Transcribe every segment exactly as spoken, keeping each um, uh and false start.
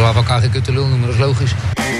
laten we elkaar geen kuttelul noemen, dat is logisch.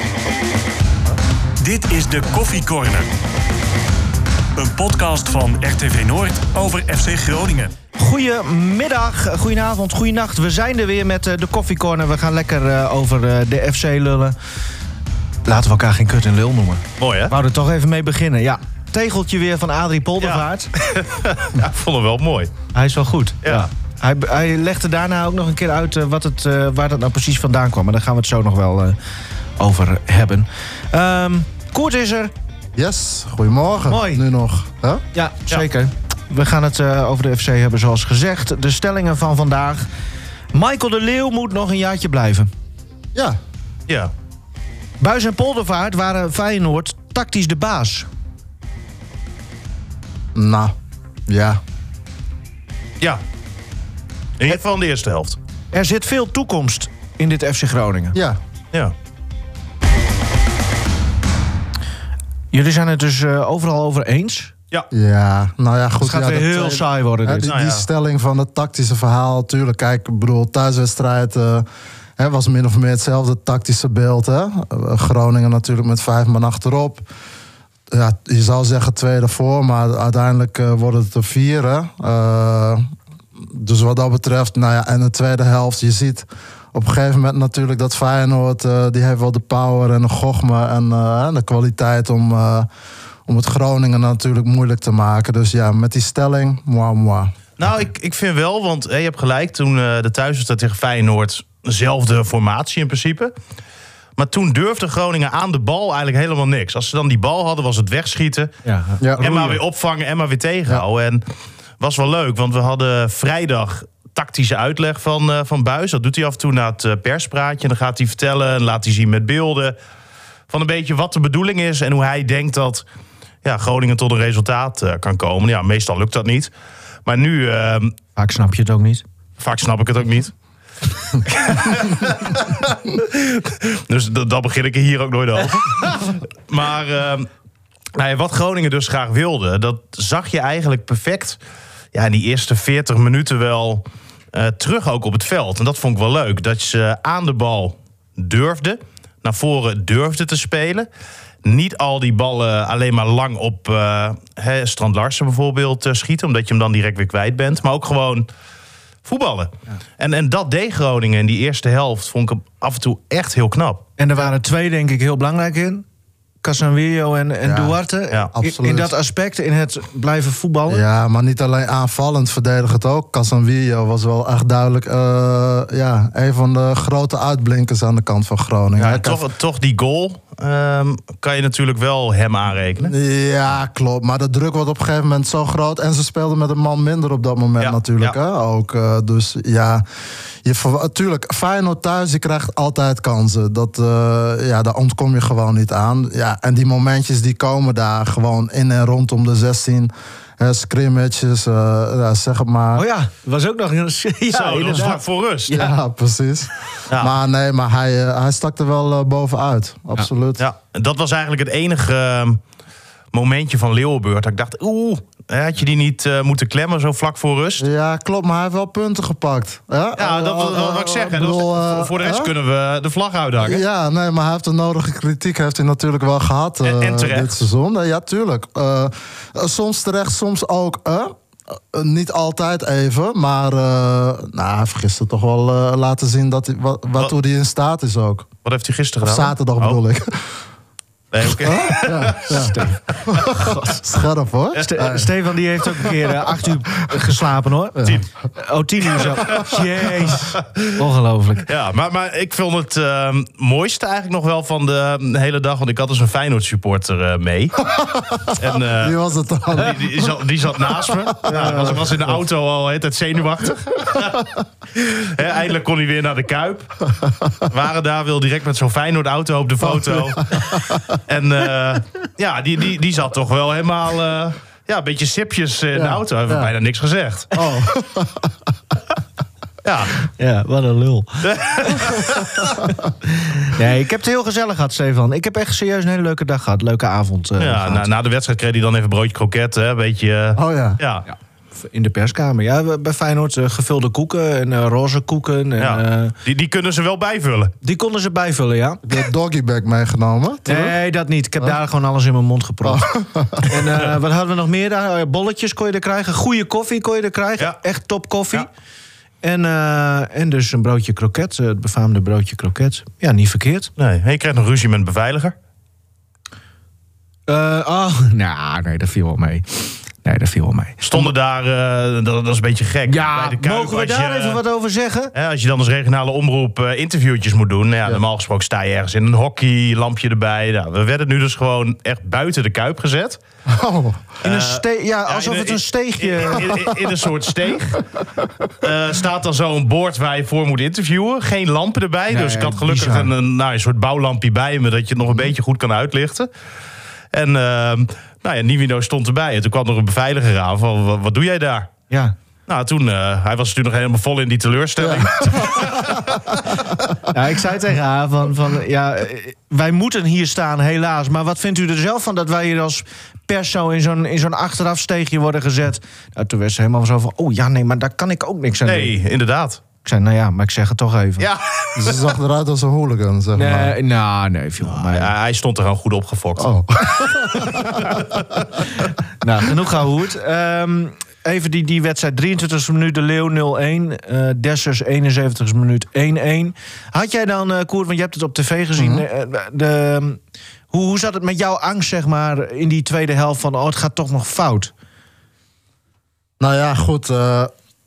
Dit is de Koffie Corner. Een podcast van R T V Noord over F C Groningen. Goedemiddag, goedenavond, goedenacht. We zijn er weer met de Koffie Corner. We gaan lekker uh, over uh, de F C lullen. Laten we elkaar geen kut en lul noemen. Mooi, hè? We wouden er toch even mee beginnen. Ja, tegeltje weer van Adrie Poldervaart. Ja. Ja, ik vond hem wel mooi. Hij is wel goed. Ja. Ja. Hij, hij legde daarna ook nog een keer uit uh, wat het, uh, waar dat nou precies vandaan kwam. Maar daar gaan we het zo nog wel uh, over hebben. Um, Koert is er. Yes, goedemorgen. Mooi. Nu nog. Huh? Ja, zeker. Ja. We gaan het uh, over de F C hebben zoals gezegd. De stellingen van vandaag. Michael de Leeuw moet nog een jaartje blijven. Ja. Ja. Buijs en Poldervaart waren Feyenoord tactisch de baas. Nou, ja. Ja. In ieder geval in de eerste helft. Er zit veel toekomst in dit F C Groningen. Ja. Ja. Jullie zijn het dus uh, overal over eens? Ja. Ja, nou ja, goed. Het gaat ja, weer heel tweede, saai worden. Hè, Dit. die, Nou, ja. die stelling van het tactische verhaal, tuurlijk. Kijk, ik bedoel, thuiswedstrijd uh, hè, was min of meer hetzelfde tactische beeld. Hè? Uh, Groningen natuurlijk met vijf man achterop. Ja, je zou zeggen twee ervoor, maar uiteindelijk uh, worden het er vier. Hè? Uh, dus wat dat betreft, nou ja, en de tweede helft, je ziet op een gegeven moment natuurlijk dat Feyenoord, uh, die heeft wel de power en de gochme en uh, de kwaliteit om, uh, om het Groningen natuurlijk moeilijk te maken. Dus ja, met die stelling, moi, moi. Nou, ik, ik vind wel, want hé, je hebt gelijk, toen uh, de thuiswedstrijd tegen Feyenoord, dezelfde formatie in principe. Maar toen durfde Groningen aan de bal eigenlijk helemaal niks. Als ze dan die bal hadden, was het wegschieten. Ja, Ja. En maar weer opvangen en maar weer tegenhouden. Ja. En was wel leuk, want we hadden vrijdag tactische uitleg van, uh, van Buijs. Dat doet hij af en toe na het uh, perspraatje. En dan gaat hij vertellen en laat hij zien met beelden van een beetje wat de bedoeling is en hoe hij denkt dat ja, Groningen tot een resultaat uh, kan komen. Ja, meestal lukt dat niet. Maar nu... Uh, vaak snap je het ook niet. Vaak snap ik het ook niet. Dus d- dat begin ik er hier ook nooit over. Maar uh, nou ja, wat Groningen dus graag wilde, dat zag je eigenlijk perfect ja, in die eerste veertig minuten wel uh, terug ook op het veld. En dat vond ik wel leuk. Dat ze aan de bal durfde, naar voren durfde te spelen. Niet al die ballen alleen maar lang op uh, he, Strand Larsen bijvoorbeeld uh, schieten, omdat je hem dan direct weer kwijt bent. Maar ook gewoon voetballen. Ja. En, en dat deed Groningen in die eerste helft, vond ik af en toe echt heel knap. En er waren twee, denk ik, heel belangrijk in. Casanvillo en, en Ja, Duarte. ja, in, in dat aspect, in het blijven voetballen. Ja, maar niet alleen aanvallend, verdedigend ook. Casanvillo was wel echt duidelijk uh, ja, een van de grote uitblinkers aan de kant van Groningen. Ja, Hij toch, kan... toch die goal um, kan je natuurlijk wel hem aanrekenen. Ja, klopt. Maar de druk wordt op een gegeven moment zo groot. En ze speelden met een man minder op dat moment ja, natuurlijk. Ja. Hè? Ook, uh, dus ja, natuurlijk, Feyenoord thuis, je krijgt altijd kansen. Dat, uh, ja, daar ontkom je gewoon niet aan. Ja, en die momentjes die komen daar gewoon in en rondom de zestien. Uh, scrimmages, uh, ja, zeg het maar. Oh ja, was ook nog een... Ja, Zo, dat was vlak voor rust. Ja, ja precies. Ja. Maar nee, maar hij, uh, hij stak er wel uh, bovenuit. Absoluut. Ja, dat was eigenlijk het enige uh, momentje van Leeuwenburg. Dat ik dacht, oeh, had je die niet uh, moeten klemmen zo vlak voor rust? Ja, klopt, maar hij heeft wel punten gepakt. Ja, ja dat was wat ik zeg. Uh, bedoel, uh, voor de rest uh, kunnen we de vlag uithangen. Ja, nee, maar hij heeft de nodige kritiek heeft hij natuurlijk wel gehad uh, en, en terecht. dit seizoen. Ja, tuurlijk. Uh, soms terecht, soms ook. Uh, uh, niet altijd even, maar uh, nou, hij heeft gisteren toch wel uh, laten zien dat hij, wat, waartoe hij in staat is ook. Wat heeft hij gisteren of gedaan? Zaterdag oh. bedoel ik. Nee, oké. Okay. Oh, ja, ja. Scherp hoor. Ste- uh, Stefan die heeft ook een keer uh, acht uur geslapen hoor. Ja. Tien. Oh, tien uur zo. Jeez. Ongelooflijk. Ja, maar, maar ik vond het uh, mooiste eigenlijk nog wel van de hele dag. Want ik had dus een Feyenoord supporter uh, mee. En, uh, Wie was het dan? Die, die, die, zat, die zat naast me. Ja, was, was in de auto al het zenuwachtig. He, eindelijk kon hij weer naar de Kuip. We waren daar, wil direct met zo'n Feyenoord auto op de foto. En uh, ja, die, die, die zat toch wel helemaal uh, ja, een beetje sipjes in ja, de auto. Hij heeft ja. bijna niks gezegd. Oh. Ja. Ja, wat een lul. Nee, ik heb het heel gezellig gehad, Stefan. Ik heb echt serieus een hele leuke dag gehad. Leuke avond. Uh, ja, na, na de wedstrijd kreeg hij dan even een broodje kroket. Hè, een beetje... Uh, oh ja. ja. ja. in de perskamer. Ja, bij Feyenoord uh, gevulde koeken en uh, roze koeken. En, Ja. uh, Die, die kunnen ze wel bijvullen. die konden ze bijvullen, ja. Heb je doggybag meegenomen? terug? Nee, dat niet. Ik heb daar gewoon alles in mijn mond gepropt. En uh, wat hadden we nog meer daar? Oh ja, bolletjes kon je er krijgen. Goede koffie kon je er krijgen. Ja. Echt top koffie. Ja. En, uh, en dus een broodje kroket. Uh, het befaamde broodje kroket. Ja, niet verkeerd. Nee, en je krijgt nog ruzie met een beveiliger. Uh, oh, nou, nee, dat viel wel mee. Nee, dat viel wel mee. Stonden daar, uh, dat, dat is een beetje gek. bij Ja, de Kuip, mogen we als daar je, even wat over zeggen? Hè, als je dan als regionale omroep uh, interviewtjes moet doen... Nou ja, normaal gesproken sta je ergens in een hockey, lampje erbij. Nou, we werden nu dus gewoon echt buiten de Kuip gezet. Oh, In een Uh, ste- ja, alsof in- het een in- steegje... In, in, in- in een soort steeg. Uh, staat dan zo'n bord waar je voor moet interviewen. Geen lampen erbij. Nee, dus ik had gelukkig bizar. een, een, nou, een soort bouwlampje bij me... dat je het nog een beetje goed kan uitlichten. En uh, nou ja, Nivino stond erbij. En toen kwam er een beveiliger aan van, wat, wat doe jij daar? Ja. Nou, toen, uh, hij was natuurlijk nog helemaal vol in die teleurstelling. Ja, ik zei tegen haar van, van ja, eh, wij moeten hier staan helaas. Maar wat vindt u er zelf van dat wij hier als pers zo in zo'n, in zo'n achterafsteegje worden gezet? Nou, toen werd ze helemaal zo van, oh ja, nee, maar daar kan ik ook niks aan doen. Nee, inderdaad. Ik zei, nou ja, maar ik zeg het toch even. Ja. dus ze zag eruit als een hooligan, zeg maar. Nee, nou, nee, viel wel mee. Ja, hij stond er gewoon goed opgefokt. Oh. Nou, genoeg gehoord. Um, even die, die wedstrijd. drieëntwintigste minuut de Leeuw nul-een. Uh, Dessers eenenzeventigste minuut één-één. Had jij dan, uh, Koert, want je hebt het op tv gezien... Mm-hmm. uh, de, hoe, hoe zat het met jouw angst, zeg maar, in die tweede helft van... oh, het gaat toch nog fout? Nou ja, goed. Uh,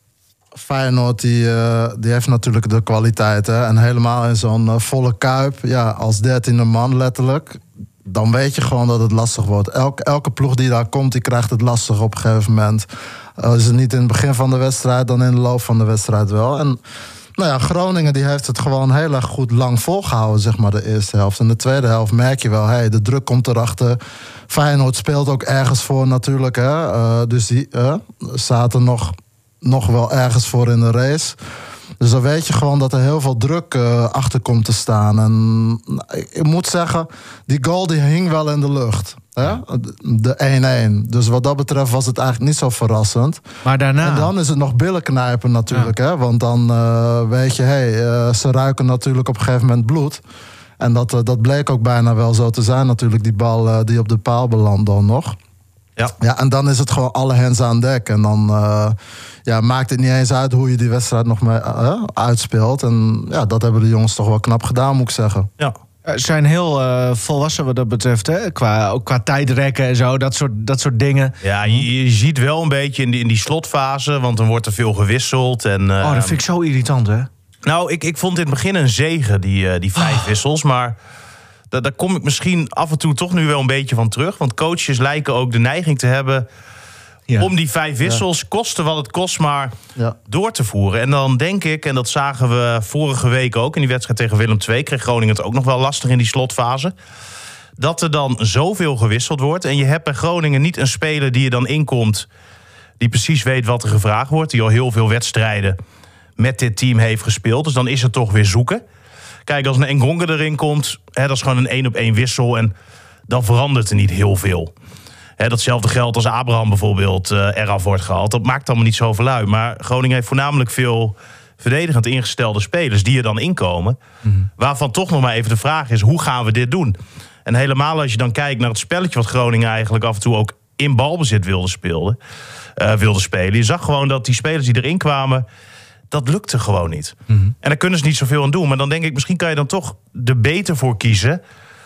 Feyenoord die, uh, die heeft natuurlijk de kwaliteit. Hè? En helemaal in zo'n uh, volle Kuip. Ja, als dertiende man letterlijk. Dan weet je gewoon dat het lastig wordt. Elke, elke ploeg die daar komt, die krijgt het lastig op een gegeven moment. Uh, is het niet in het begin van de wedstrijd, dan in de loop van de wedstrijd wel. En nou ja, Groningen die heeft het gewoon heel erg goed lang volgehouden, zeg maar, de eerste helft. En de tweede helft merk je wel, hey, de druk komt erachter. Feyenoord speelt ook ergens voor natuurlijk. Hè? Uh, dus die uh, zaten nog, nog wel ergens voor in de race. Dus dan weet je gewoon dat er heel veel druk uh, achter komt te staan. En nou, ik, ik moet zeggen, die goal die hing wel in de lucht. Hè? De één-één. Dus wat dat betreft was het eigenlijk niet zo verrassend. Maar daarna... En dan is het nog billen knijpen natuurlijk. Ja. Hè? Want dan uh, weet je, hey, uh, ze ruiken natuurlijk op een gegeven moment bloed. En dat, uh, dat bleek ook bijna wel zo te zijn natuurlijk. Die bal uh, die op de paal belandt dan nog. Ja. Ja, en dan is het gewoon alle hens aan dek. En dan uh, ja, maakt het niet eens uit hoe je die wedstrijd nog mee, uh, uitspeelt. En ja, dat hebben de jongens toch wel knap gedaan, moet ik zeggen. Ja. Ze zijn heel uh, volwassen wat dat betreft, hè? Qua, ook qua tijdrekken en zo, dat soort, dat soort dingen. Ja, je, je ziet wel een beetje in die, in die slotfase, want dan wordt er veel gewisseld. En, uh, Oh, dat vind ik zo irritant, hè? Nou, ik, ik vond in het begin een zegen, die, uh, die vijf oh. wissels. Maar da, daar kom ik misschien af en toe toch nu wel een beetje van terug. Want coaches lijken ook de neiging te hebben... Ja. om die vijf wissels, ja. kosten wat het kost, maar ja. door te voeren. En dan denk ik, en dat zagen we vorige week ook... in die wedstrijd tegen Willem twee, kreeg Groningen het ook nog wel lastig in die slotfase... dat er dan zoveel gewisseld wordt. En je hebt bij Groningen niet een speler die er dan inkomt... die precies weet wat er gevraagd wordt... die al heel veel wedstrijden met dit team heeft gespeeld. Dus dan is het toch weer zoeken. Kijk, als een Ngonge erin komt, hè, dat is gewoon een één-op-één wissel... en dan verandert er niet heel veel. He, datzelfde geldt als Abraham bijvoorbeeld uh, eraf wordt gehaald. Dat maakt allemaal niet zoveel uit. Maar Groningen heeft voornamelijk veel verdedigend ingestelde spelers... die er dan inkomen. Mm-hmm. Waarvan toch nog maar even de vraag is, hoe gaan we dit doen? En helemaal als je dan kijkt naar het spelletje... wat Groningen eigenlijk af en toe ook in balbezit wilde spelen. Uh, wilde spelen. Je zag gewoon dat die spelers die erin kwamen... dat lukte gewoon niet. Mm-hmm. En daar kunnen ze niet zoveel aan doen. Maar dan denk ik, misschien kan je dan toch er beter voor kiezen...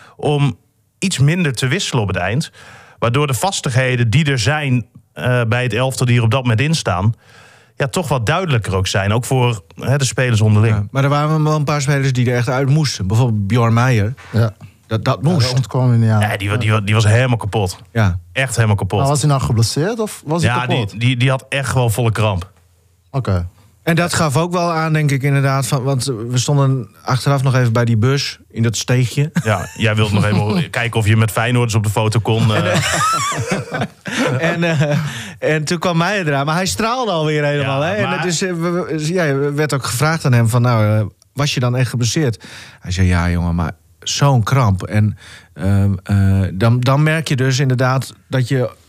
om iets minder te wisselen op het eind... waardoor de vastigheden die er zijn uh, bij het elftal die er op dat moment in staan... ja, toch wat duidelijker ook zijn. Ook voor hè, de spelers onderling. Ja, maar er waren wel een paar spelers die er echt uit moesten. Bijvoorbeeld Bjorn Meijer. Ja. Dat, dat moest. Ja, dat ontkwam je niet aan. Ja, die, die, die was helemaal kapot. Ja. Echt helemaal kapot. Maar was hij nou geblesseerd of was hij ja, kapot? Die, die, die had echt gewoon volle kramp. Oké. Okay. En dat gaf ook wel aan, denk ik inderdaad. Van, want we stonden achteraf nog even bij die bus in dat steegje. Ja, jij wilde nog even kijken of je met Feyenoorders op de foto kon. Uh. en, uh, en toen kwam Meijer eraan. Maar hij straalde alweer helemaal. Ja, hè? Maar... En het is, uh, ja, werd ook gevraagd aan hem van, nou, uh, was je dan echt geblesseerd? Hij zei, ja jongen, maar zo'n kramp. En uh, uh, dan, dan merk je dus inderdaad dat je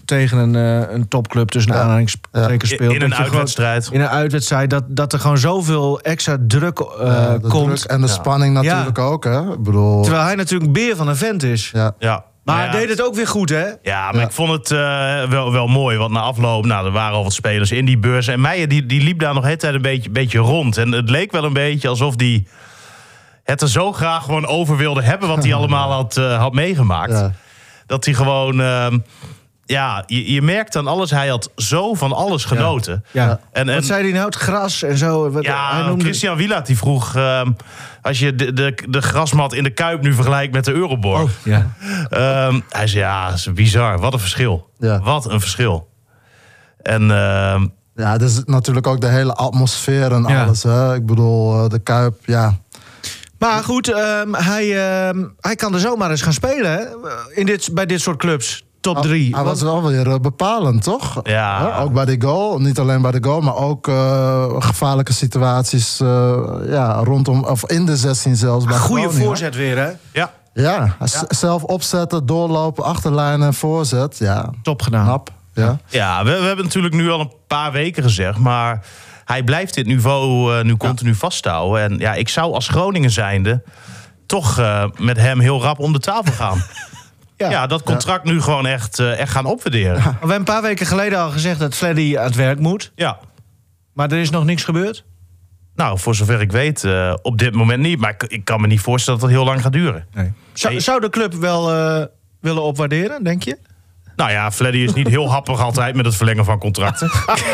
tegen een, uh, een topclub tussen Ja. aanhalingstekens In, speelt. in een dat je gewoon- uitwedstrijd. in een uitwedstrijd, dat, dat er gewoon zoveel extra druk uh, Ja, de komt. druk en de Ja. spanning natuurlijk ook, hè? Ik bedoel, Terwijl hij natuurlijk een beer van een vent is. ja. Ja. Maar ja, hij deed het ook weer goed, hè? Ja, maar Ja. ik vond het uh, wel, wel mooi. Want na afloop, nou, er waren al wat spelers in die beurs. En Meijer die, die liep daar nog de hele tijd een beetje, beetje rond. En het leek wel een beetje alsof die het er zo graag gewoon over wilde hebben... wat hij allemaal had, uh, had meegemaakt. Ja. Dat hij gewoon... Uh, ja, je, je merkt aan alles. Hij had zo van alles genoten. Ja. En, en, Wat zei hij nou? Het gras en zo. Wat, hij ja, noemde... Christian Wielaert die vroeg... Uh, als je de, de, de grasmat in de Kuip nu vergelijkt met de Euroborg... Oh, ja. Um, hij zei, ja, dat is bizar. Wat een verschil. Ja. Wat een verschil. En uh, Ja, het is natuurlijk ook de hele atmosfeer en Ja. alles. Hè? Ik bedoel, uh, de Kuip, ja. Maar goed, um, hij, um, hij kan er zomaar eens gaan spelen, hè? In dit, bij dit soort clubs. Top drie. Hij was wel weer uh, bepalend, toch? Ja. Hè? Ook bij de goal. Niet alleen bij de goal, maar ook uh, gevaarlijke situaties uh, ja, rondom, of in de zestien zelfs. Bij Goede Groningen. voorzet weer, hè? ja, Ja, z- zelf opzetten, doorlopen, achterlijn en voorzet. Ja, Top gedaan. knap. Ja. ja we, we hebben natuurlijk nu al een paar weken gezegd... maar hij blijft dit niveau uh, nu continu vasthouden. En ja, ik zou als Groningen zijnde... toch uh, met hem heel rap om de tafel gaan. ja. ja, dat contract nu gewoon echt, uh, echt gaan opwaarderen. We hebben een paar weken geleden al gezegd dat Fleddy aan het werk moet. Ja. Maar er is nog niks gebeurd. Nou, voor zover ik weet, uh, op dit moment niet. Maar ik, ik kan me niet voorstellen dat het heel lang gaat duren. Nee. Zou, Nee. zou de club wel uh, willen opwaarderen, denk je? Nou ja, Fleddy is niet heel happig altijd met het verlengen van contracten.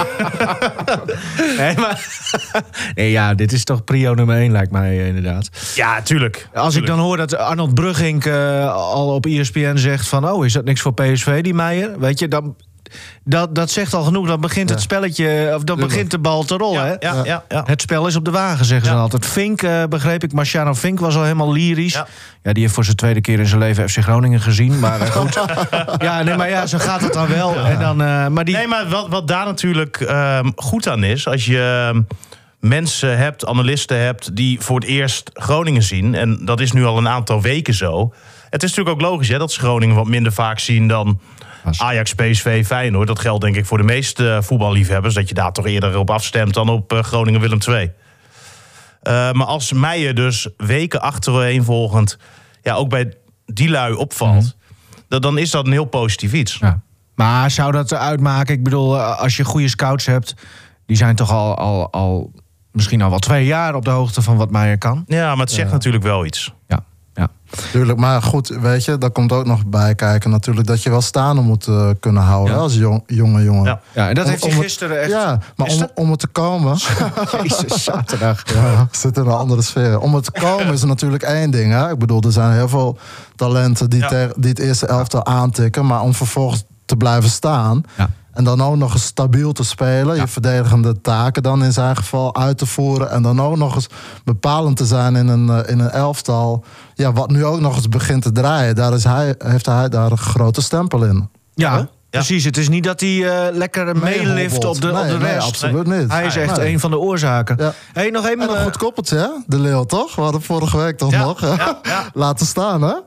Nee, maar... nee, ja, dit is toch prio nummer één, lijkt mij uh, inderdaad. Ja, tuurlijk. Als ik dan hoor dat Arnold Bruggink uh, al op E S P N zegt van... oh, is dat niks voor P S V, die Meijer? Weet je, dan, dat, dat zegt al genoeg. Dan begint het spelletje, of dan begint de bal te rollen, hè? Ja, ja, ja. Het spel is op de wagen, zeggen ze Ja. dan altijd. Fink, uh, begreep ik, Marciano Fink was al helemaal lyrisch. Ja. Ja. die heeft voor zijn tweede keer in zijn leven F C Groningen gezien. Maar uh, goed. ja, nee, maar ja, zo gaat het dan wel. En dan, uh, maar die... Nee, maar wat, wat daar natuurlijk uh, goed aan is... als je uh, mensen hebt, analisten hebt... die voor het eerst Groningen zien... en dat is nu al een aantal weken zo... het is natuurlijk ook logisch hè, dat ze Groningen wat minder vaak zien... dan Ajax, P S V, Feyenoord. Dat geldt denk ik voor de meeste uh, voetballiefhebbers... dat je daar toch eerder op afstemt dan op uh, Groningen-Willem twee. Uh, maar als Meijer dus weken achtereenvolgend... ja, ook bij die lui opvalt... Mm-hmm. dan, dan is dat een heel positief iets. Ja. Maar zou dat uitmaken? Ik bedoel, als je goede scouts hebt... die zijn toch al, al, al misschien al wel twee jaar op de hoogte van wat Meijer kan? Ja, maar het zegt ja. natuurlijk wel iets. Ja. Ja. Tuurlijk, maar goed, weet je, daar komt ook nog bij kijken natuurlijk... dat je wel staande moet uh, kunnen houden Ja. als jong, jonge jongen. Ja. Ja, en dat Om- heeft hij om het- gisteren echt... Ja, maar om, om het te komen... Jezus, zaterdag. Ja, zit in een andere sfeer. Om het te komen is er natuurlijk één ding. Hè? Ik bedoel, er zijn heel veel talenten die, Ja. ter- die het eerste elftal aantikken. Maar om vervolgens te blijven staan... Ja. en dan ook nog eens stabiel te spelen... je verdedigende taken dan in zijn geval uit te voeren... en dan ook nog eens bepalend te zijn in een, uh, in een elftal... Ja, wat nu ook nog eens begint te draaien... daar is hij, heeft hij daar een grote stempel in. Ja, Ja. precies. Het is niet dat hij uh, lekker meelift op de, op Nee, de nee, rest. absoluut niet. Hij is echt Nee. een van de oorzaken. Ja. Hey, nog even... En een uh, goed koppeltje, hè? De Leeuw, toch? We hadden vorige week toch Ja, nog. hè? ja, ja. Laten staan, hè?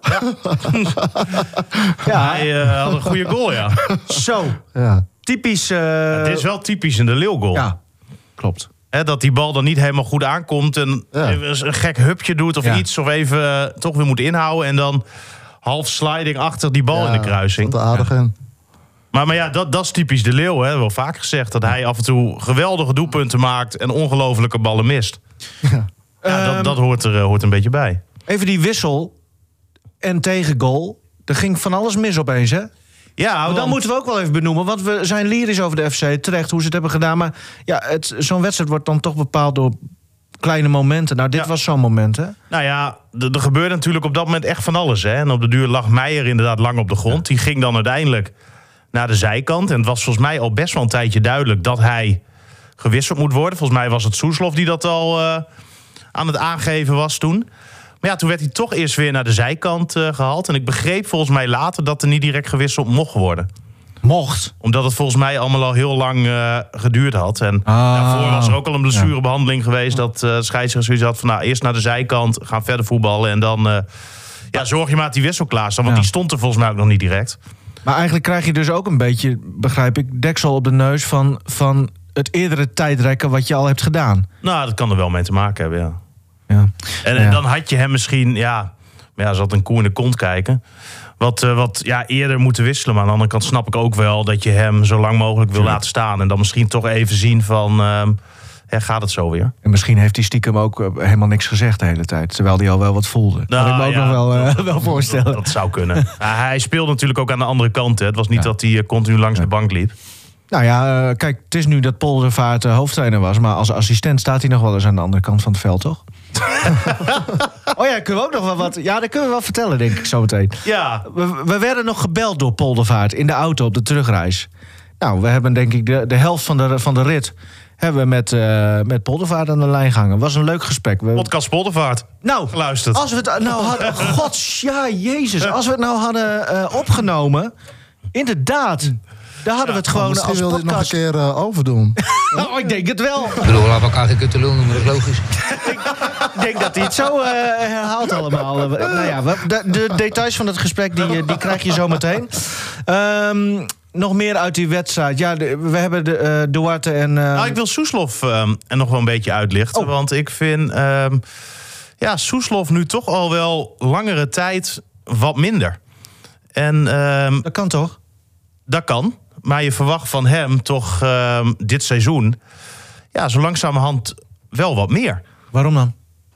ja, Hij uh, had een goede goal, ja. zo. Ja. Typisch... uh, Dit is wel typisch in de Leeuwgoal. Ja, klopt. Hè, dat die bal dan niet helemaal goed aankomt... en Ja. even een gek hupje doet of Ja. iets... of even uh, toch weer moet inhouden... en dan half sliding achter die bal Ja, in de kruising. zat er aardig in. Maar, maar ja, dat, dat is typisch de Leeuw. Hè. Wel vaak gezegd dat hij af en toe geweldige doelpunten maakt... en ongelofelijke ballen mist. Ja, Ehm, dat, dat hoort, er, uh, hoort een beetje bij. Even die wissel en tegengoal. Er ging van alles mis opeens, hè? Ja, Maar dan want- moeten we ook wel even benoemen. Want we zijn lyrisch over de F C. Terecht hoe ze het hebben gedaan. Maar ja, het, zo'n wedstrijd wordt dan toch bepaald door kleine momenten. Nou, dit Ja. was zo'n moment, hè? Nou ja, er er gebeurde natuurlijk op dat moment echt van alles. Hè? En op de duur lag Meijer inderdaad lang op de grond. Die ging dan uiteindelijk naar de zijkant. En het was volgens mij al best wel een tijdje duidelijk... dat hij gewisseld moet worden. Volgens mij was het Soeslof die dat al uh, aan het aangeven was toen. Maar ja, toen werd hij toch eerst weer naar de zijkant uh, gehaald. En ik begreep volgens mij later dat er niet direct gewisseld mocht worden. Mocht. Omdat het volgens mij allemaal al heel lang uh, geduurd had. En Ah. daarvoor was er ook al een blessurebehandeling geweest... dat uh, de scheidsrechter zoiets had van... nou, eerst naar de zijkant, gaan verder voetballen... en dan uh, ja, zorg je maar dat die wissel klaar staat. Want Ja. die stond er volgens mij ook nog niet direct. Maar eigenlijk krijg je dus ook een beetje, begrijp ik, deksel op de neus van, van het eerdere tijdrekken wat je al hebt gedaan. Nou, dat kan er wel mee te maken hebben, ja. Ja. En, Ja. en dan had je hem misschien, ja, maar ja, zat een koe in de kont kijken. Wat, uh, wat ja, eerder moeten wisselen. Maar aan de andere kant snap ik ook wel dat je hem zo lang mogelijk wil laten staan. En dan misschien toch even zien van, uh, ja, gaat het zo weer? En misschien heeft hij stiekem ook uh, helemaal niks gezegd de hele tijd. Terwijl hij al wel wat voelde. Dat kan ik me ook ja, nog wel, uh, dat, wel voorstellen. Dat, dat zou kunnen. Ja, hij speelde natuurlijk ook aan de andere kant. Hè. Het was niet Ja. dat hij uh, continu langs Ja. de bank liep. Nou ja, uh, kijk, het is nu dat Poldervaart uh, hoofdtrainer was. Maar als assistent staat hij nog wel eens aan de andere kant van het veld, toch? Oh ja, kunnen we ook nog wel wat... Ja, dat kunnen we wel vertellen, denk ik, zo meteen. Ja, We, we werden nog gebeld door Poldervaart in de auto op de terugreis. Nou, we hebben denk ik de, de helft van de, van de rit... hebben we met, uh, met Poldervaart aan de lijn gehangen. Was een leuk gesprek. We, podcast Poldervaart. nou, Geluisterd. als we het nou hadden... Gods, ja, jezus. Als we het nou hadden uh, opgenomen... Inderdaad. Daar hadden we het gewoon Misschien als wil je het nog een podcast... keer uh, overdoen. Oh, ik denk het wel. Ik bedoel, we laten elkaar geen kutte lul noemen, dat is logisch. Ik denk dat hij het zo uh, herhaalt allemaal. Uh, nou ja, we- de, de details van het gesprek die, uh, die krijg je zo meteen. Um, nog meer uit die wedstrijd. Ja, de- we hebben de, uh, Duarte en... Uh, Nou, ik wil Soeslof um, er nog wel een beetje uitlichten. Oh. Want ik vind um, ja, Soeslof nu toch al wel langere tijd wat minder. En um, dat kan toch? dat kan. Maar je verwacht van hem toch um, dit seizoen... ja, zo langzamerhand wel wat meer. Waarom dan?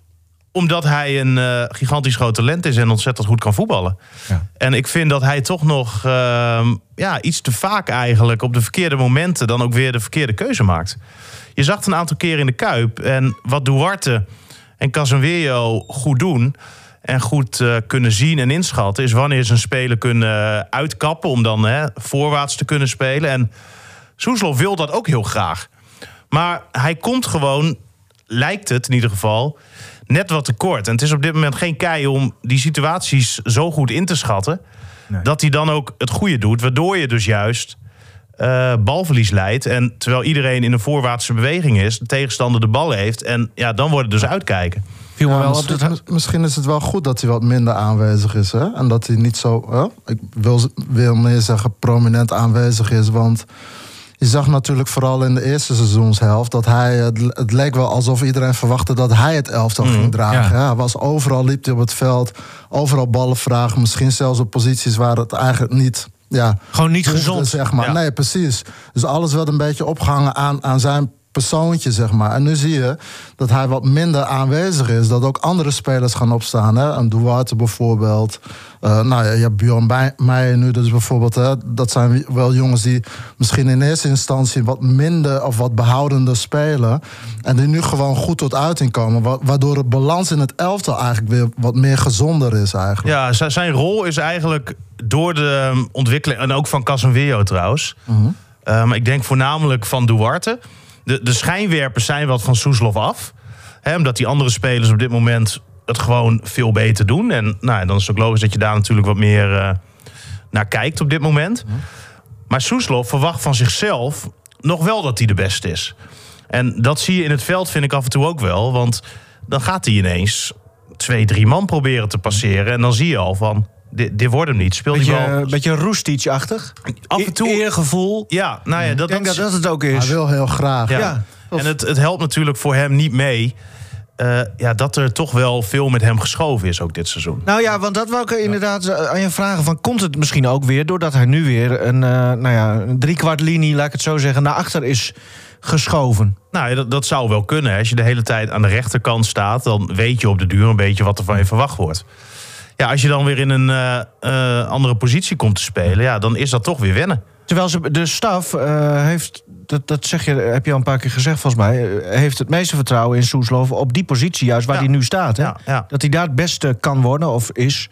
Omdat hij een uh, gigantisch groot talent is en ontzettend goed kan voetballen. Ja. En ik vind dat hij toch nog um, ja, iets te vaak eigenlijk... op de verkeerde momenten dan ook weer de verkeerde keuze maakt. Je zag het een aantal keer in de Kuip. En wat Duarte en Casemiro goed doen... en goed uh, kunnen zien en inschatten... is wanneer ze een speler kunnen uitkappen... om dan hè, voorwaarts te kunnen spelen. En Soeslof wil dat ook heel graag. Maar hij komt gewoon, lijkt het in ieder geval... net wat tekort. En het is op dit moment geen kei om die situaties zo goed in te schatten... Nee. dat hij dan ook het goede doet. Waardoor je dus juist uh, balverlies leidt. En terwijl iedereen in een voorwaartse beweging is... de tegenstander de bal heeft. En ja, dan wordt het dus uitkijken. Viel me Ja, wel op misschien, dat... misschien is het wel goed dat hij wat minder aanwezig is. Hè? En dat hij niet zo, hè? ik wil, wil meer zeggen, prominent aanwezig is. Want je zag natuurlijk vooral in de eerste seizoenshelft... dat hij, het, het leek wel alsof iedereen verwachtte dat hij het elftal Mm, ging dragen. ja. Hè? Hij was overal, liep hij op het veld, overal ballen vragen. Misschien zelfs op posities waar het eigenlijk niet... Ja, Gewoon niet hoefde, gezond. zeg maar. Ja. Nee, precies. Dus alles werd een beetje opgehangen aan, aan zijn persoontje, zeg maar. En nu zie je dat hij wat minder aanwezig is. Dat ook andere spelers gaan opstaan. Hè? Een Duarte bijvoorbeeld. Uh, nou ja, je hebt Bjorn Bij- Meijer nu. Dus bijvoorbeeld, hè, dat zijn wel jongens die misschien in eerste instantie wat minder of wat behoudender spelen. En die nu gewoon goed tot uiting komen. wa- Waardoor de balans in het elftal eigenlijk weer wat meer gezonder is eigenlijk. Ja, z- zijn rol is eigenlijk door de um, ontwikkeling... en ook van Casemiro trouwens. Mhm. Uh, maar ik denk voornamelijk van Duarte. De, de schijnwerpers zijn wat van Soeslof af. Hè, omdat die andere spelers op dit moment het gewoon veel beter doen. En nou, dan is het ook logisch dat je daar natuurlijk wat meer uh, naar kijkt op dit moment. Mhm. Maar Soeslof verwacht van zichzelf nog wel dat hij de beste is. En dat zie je in het veld, vind ik af en toe ook wel. Want dan gaat hij ineens twee, drie man proberen te passeren. En dan zie je al van, dit, dit wordt hem niet. Speel die bal. Beetje, beetje Roestic-achtig. Af en toe- E- Eergevoel. Ja, nou ja, dat, Ik denk dat dat het ook is. Hij wil heel graag. Ja. Ja. En het, het helpt natuurlijk voor hem niet mee... Uh, ja, dat er toch wel veel met hem geschoven is ook dit seizoen. Nou ja, want dat wou ik inderdaad uh, aan je vragen. Van, komt het misschien ook weer doordat hij nu weer een, uh, nou ja, een driekwart linie, laat ik het zo zeggen, naar achter is geschoven? Nou, ja, dat, dat zou wel kunnen. Hè. Als je de hele tijd aan de rechterkant staat... dan weet je op de duur een beetje wat er van je verwacht wordt. Ja, als je dan weer in een uh, uh, andere positie komt te spelen... ja, dan is dat toch weer wennen. Terwijl ze, de staf uh, heeft, dat, dat zeg je, heb je al een paar keer gezegd volgens mij... uh, heeft het meeste vertrouwen in Soeslof op die positie juist waar Ja. hij nu staat. Hè? Ja, ja. Dat hij daar het beste kan worden of is.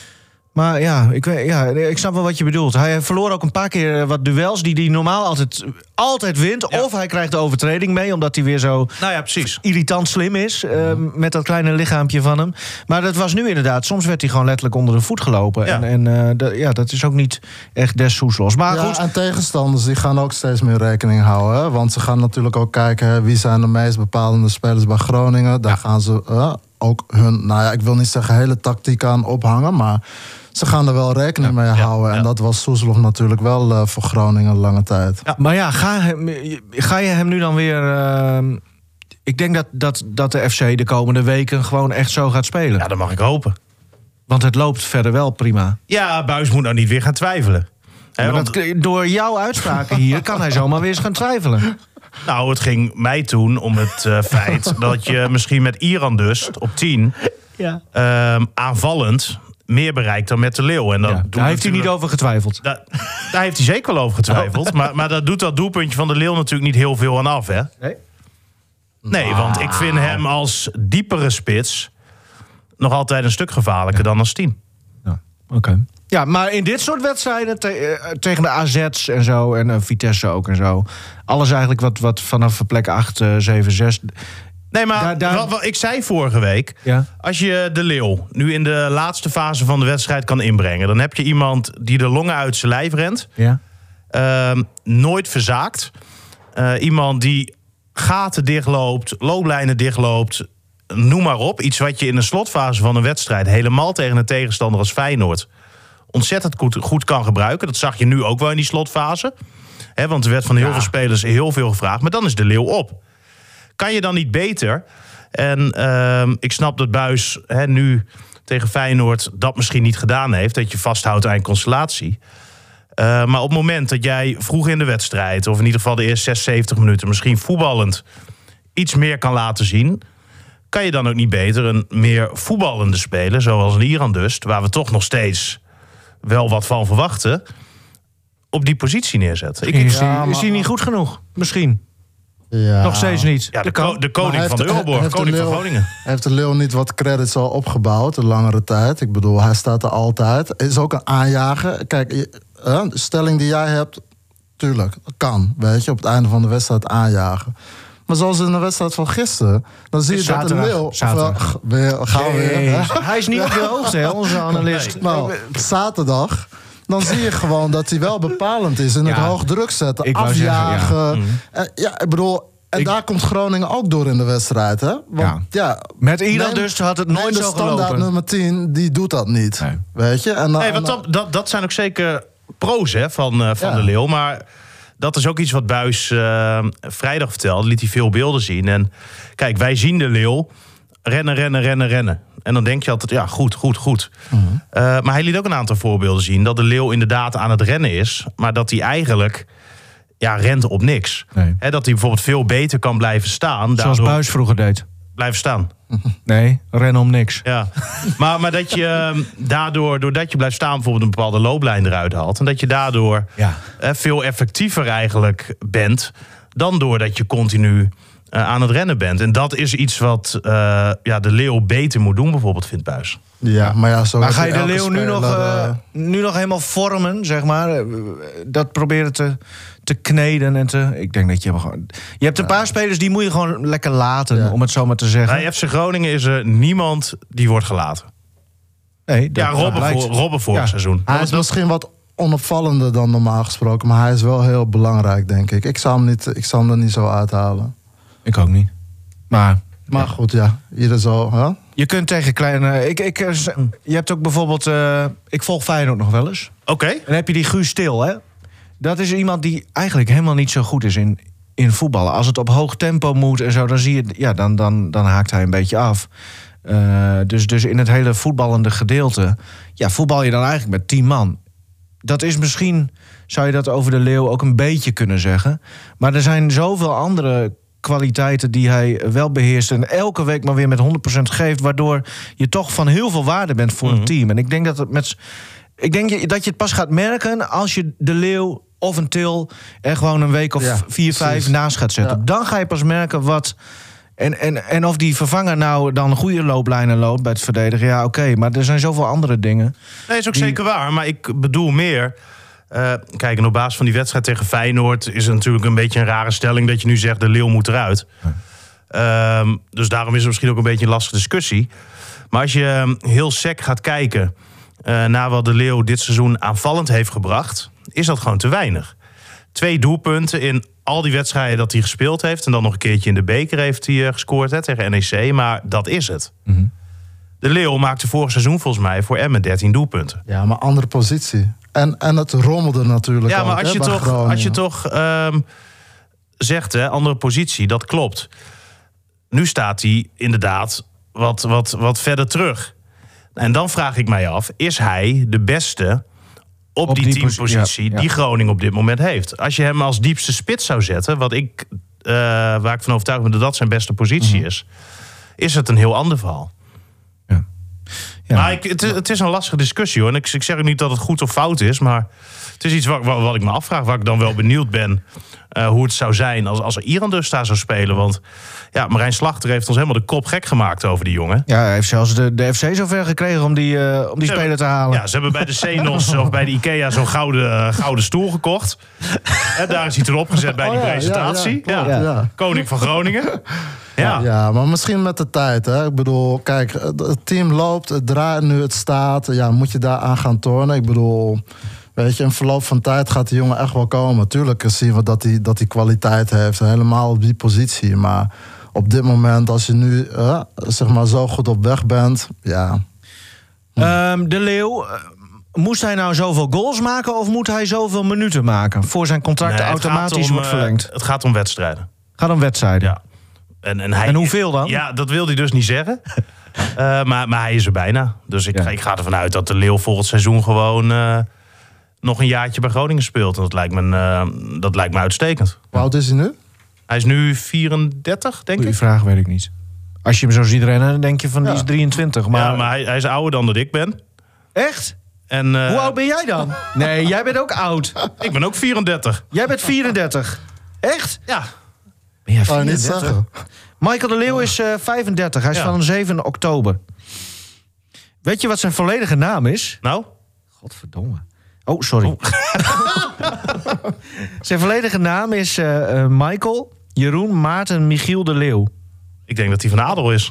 Maar ja ik, weet, ja, ik snap wel wat je bedoelt. Hij verloor ook een paar keer wat duels die hij normaal altijd, altijd wint. Ja. Of hij krijgt de overtreding mee, omdat hij weer zo Nou ja, precies. irritant slim is. Uh, met dat kleine lichaampje van hem. Maar dat was nu inderdaad. Soms werd hij gewoon letterlijk onder de voet gelopen. Ja. En, en uh, dat, ja, dat is ook niet echt des Soesloos. Maar Ja, goed. en tegenstanders die gaan ook steeds meer rekening houden. Hè? Want ze gaan natuurlijk ook kijken... Hè, wie zijn de meest bepalende spelers bij Groningen. Daar gaan ze uh, ook hun, nou ja, ik wil niet zeggen hele tactiek aan ophangen... maar ze gaan er wel rekening mee houden. ja. En dat was Soeslof natuurlijk wel uh, voor Groningen lange tijd. Ja. Maar ja, ga, hem, ga je hem nu dan weer... Uh, ik denk dat, dat, dat de F C de komende weken gewoon echt zo gaat spelen. Ja, dat mag ik hopen. Want het loopt verder wel prima. Ja, Buijs moet nou niet weer gaan twijfelen. He, Maar want, dat, door jouw uitspraken hier kan hij zomaar weer eens gaan twijfelen. nou, het ging mij toen om het uh, feit dat je misschien met Iran dus op tien... Ja. Uh, aanvallend meer bereikt dan met de Leeuw. En dat Ja, doet daar heeft hij niet over getwijfeld. Da, daar heeft hij zeker wel over getwijfeld. Oh. Maar, maar dat doet dat doelpuntje van de Leeuw natuurlijk niet heel veel aan af, hè? Nee? Nee, want ik vind hem als diepere spits nog altijd een stuk gevaarlijker ja. dan als tien. Ja, oké. Okay. Ja, maar in dit soort wedstrijden te, uh, tegen de A Z's en zo... en uh, Vitesse ook en zo... alles eigenlijk wat, wat vanaf plek acht, zeven, zes... Nee, maar daar, daar... Wat, wat ik zei vorige week... Ja. Als je de Leeuw nu in de laatste fase van de wedstrijd kan inbrengen... dan heb je iemand die de longen uit zijn lijf rent. Ja. Uh, nooit verzaakt. Uh, iemand die gaten dichtloopt, looplijnen dichtloopt... noem maar op. Iets wat je in de slotfase van een wedstrijd... helemaal tegen een tegenstander als Feyenoord... ontzettend goed, goed kan gebruiken. Dat zag je nu ook wel in die slotfase. He, want er werd van heel ja. veel spelers heel veel gevraagd. Maar dan is de Leeuw op. Kan je dan niet beter? En uh, ik snap dat Buijs he, nu tegen Feyenoord dat misschien niet gedaan heeft. Dat je vasthoudt aan een constellatie. Uh, maar op het moment dat jij vroeg in de wedstrijd... of in ieder geval de eerste zesenzeventig minuten... misschien voetballend iets meer kan laten zien... kan je dan ook niet beter een meer voetballende speler... zoals een Iran dus, waar we toch nog steeds wel wat van verwachten... op die positie neerzetten. Ik, is, ik, die, ja, maar, is die niet goed genoeg? Misschien. Ja. Nog steeds niet. Ja, de, ko- de koning van de Euroborg, koning de Leeuw, van Groningen. Heeft de Leeuw niet wat credits al opgebouwd de langere tijd? Ik bedoel, hij staat er altijd. Is ook een aanjager. Kijk, de stelling die jij hebt, tuurlijk, kan. Weet je, op het einde van de wedstrijd aanjagen. Maar zoals in de wedstrijd van gisteren, dan zie je dat de Leeuw... Zaterdag. Of, weer, gaan we weer, nee, hij is niet op de hoogte, hè, onze analist. Nee. Nou, zaterdag... dan zie je gewoon dat hij wel bepalend is in ja, het hoog druk zetten, afjagen. Zeggen, ja. Mm-hmm. En, ja, ik bedoel, en ik, daar komt Groningen ook door in de wedstrijd, hè? Want, ja. Ja, met Iran dus had het nooit zo gelopen. De standaard nummer tien, die doet dat niet. Nee. Weet je? En dan, nee, want dat, dat, dat zijn ook zeker pro's hè, van, uh, van ja. de Leeuw. Maar dat is ook iets wat Buijs uh, vrijdag vertelde. Liet hij veel beelden zien. En kijk, wij zien de Leeuw rennen, rennen, rennen, rennen. En dan denk je altijd, ja, goed, goed, goed. Mm-hmm. Uh, maar hij liet ook een aantal voorbeelden zien... dat de Leeuw inderdaad aan het rennen is... maar dat hij eigenlijk ja, rent op niks. Nee. He, dat hij bijvoorbeeld veel beter kan blijven staan. Zoals Buijs vroeger deed. Blijven staan. Nee, rennen om niks. Ja. maar, maar dat je uh, daardoor, doordat je blijft staan... bijvoorbeeld een bepaalde looplijn eruit haalt... en dat je daardoor ja. uh, veel effectiever eigenlijk bent... dan doordat je continu... Uh, aan het rennen bent. En dat is iets wat uh, ja, de Leeuw beter moet doen, bijvoorbeeld, vindt Buijs. Ja, maar ja, zo maar ga je de Leeuw speler, nu nog, uh, nu nog helemaal vormen, zeg maar? Dat proberen te, te kneden en te... Ik denk dat je... Gewoon, je hebt een ja. paar spelers die moet je gewoon lekker laten, ja. om het zo maar te zeggen. Bij F C Groningen is er niemand die wordt gelaten. Nee, dat, ja, Robben voor, Robben voor ja. het seizoen. Hij is misschien wat onopvallender dan normaal gesproken, maar hij is wel heel belangrijk, denk ik. Ik zou hem, niet, ik zou hem er niet zo uithalen. Ik ook niet. Maar, maar ja. goed, ja. Ieder zo, hè? Je kunt tegen kleine... Ik, ik, je hebt ook bijvoorbeeld... Uh, ik volg Feyenoord nog wel eens. Oké. Okay. En dan heb je die Guus Til, hè? Dat is iemand die eigenlijk helemaal niet zo goed is in, in voetballen. Als het op hoog tempo moet en zo, dan zie je... Ja, dan, dan, dan haakt hij een beetje af. Uh, dus, dus in het hele voetballende gedeelte... Ja, voetbal je dan eigenlijk met tien man. Dat is misschien... Zou je dat over de Leeuw ook een beetje kunnen zeggen. Maar er zijn zoveel andere... kwaliteiten die hij wel beheerst... en elke week maar weer met honderd procent geeft... waardoor je toch van heel veel waarde bent voor mm-hmm. een team. En ik denk dat het met, ik denk dat je het pas gaat merken... als je de Leeuw of een Til... er gewoon een week of ja, vier, vijf precies. naast gaat zetten. Ja. Dan ga je pas merken wat... En, en, en of die vervanger nou dan goede looplijnen loopt bij het verdedigen... ja, oké, okay, maar er zijn zoveel andere dingen. Nee, is ook die... zeker waar, maar ik bedoel meer... Uh, kijk, en op basis van die wedstrijd tegen Feyenoord... is het natuurlijk een beetje een rare stelling... dat je nu zegt, de Leeuw moet eruit. Ja. Um, dus daarom is het misschien ook een beetje een lastige discussie. Maar als je heel sec gaat kijken... Uh, naar wat de Leeuw dit seizoen aanvallend heeft gebracht... is dat gewoon te weinig. Twee doelpunten in al die wedstrijden dat hij gespeeld heeft... en dan nog een keertje in de beker heeft hij uh, gescoord hè, tegen N E C. Maar dat is het. Mm-hmm. De Leeuw maakte vorig seizoen volgens mij voor Emmen dertien doelpunten. Ja, maar andere positie. En, en het rommelde natuurlijk Ja, ook, maar als hè, je bij toch, Groningen. als je toch um, zegt, hè, andere positie, dat klopt. Nu staat hij inderdaad wat, wat, wat verder terug. En dan vraag ik mij af, is hij de beste op, Op die, die teampositie posi- ja, ja. die Groningen op dit moment heeft? Als je hem als diepste spits zou zetten, wat ik, uh, waar ik van overtuigd ben dat dat zijn beste positie Mm-hmm. is, is het een heel ander verhaal. Ja. Maar ik, het, is- het is een lastige discussie hoor. En ik, ik zeg ook niet dat het goed of fout is, maar het is iets wat, wat, wat ik me afvraag, waar ik dan wel benieuwd ben uh, hoe het zou zijn als, als er Iran dus daar zou spelen. Want ja, Marijn Slachter heeft ons helemaal de kop gek gemaakt over die jongen. Ja, hij heeft zelfs de, de F C zover gekregen om die, uh, om die Ze speler hebben- te halen. Ja, ze hebben bij de Cenos of bij de Ikea zo'n gouden, uh, gouden stoel gekocht. En daar is hij toen opgezet bij Oh die ja, ja, presentatie. ja, Ja, klopt, ja. Koning van Groningen. Ja. Ja, maar misschien met de tijd. Hè? Ik bedoel, kijk, het team loopt, het draait nu, het staat. Ja, moet je daar aan gaan tornen? Ik bedoel, weet je, in verloop van tijd gaat die jongen echt wel komen. Tuurlijk zien we dat hij, dat hij kwaliteit heeft, helemaal op die positie. Maar op dit moment, als je nu eh, zeg maar zo goed op weg bent, ja. Ehm, de Leeuw, uh, moest hij nou zoveel goals maken of moet hij zoveel minuten maken voor zijn contract Nee, het automatisch gaat om, wordt uh, verlengd? Het gaat om wedstrijden. Gaat om wedstrijden. Ja. En, en, hij, En hoeveel dan? Ja, dat wil hij dus niet zeggen. Uh, maar, maar hij is er bijna. Dus ik, Ja. ga, ik ga ervan uit dat de Leeuw volgend seizoen gewoon uh, nog een jaartje bij Groningen speelt. En dat lijkt me, uh, dat lijkt me uitstekend. Hoe oud is hij nu? Hij is nu vierendertig, denk Goeie ik. vraag, weet ik niet. Als je hem zo ziet rennen, dan denk je van die Ja. is drieëntwintig. Maar, Maar, ja, maar hij, hij is ouder dan dat ik ben. echt? En, uh, Hoe oud ben jij dan? Nee, jij bent ook oud. Ik ben ook vierendertig. Jij bent vierendertig. Echt? Ja. Ben jij Zou je niet vierendertig? zeggen. Michael de Leeuw is uh, vijfendertig. Hij is Ja. van zeven oktober. Weet je wat zijn volledige naam is? Nou? Godverdomme. Oh, sorry. Zijn volledige naam is uh, uh, Michael Jeroen Maarten Michiel de Leeuw. Ik denk dat hij van adel is.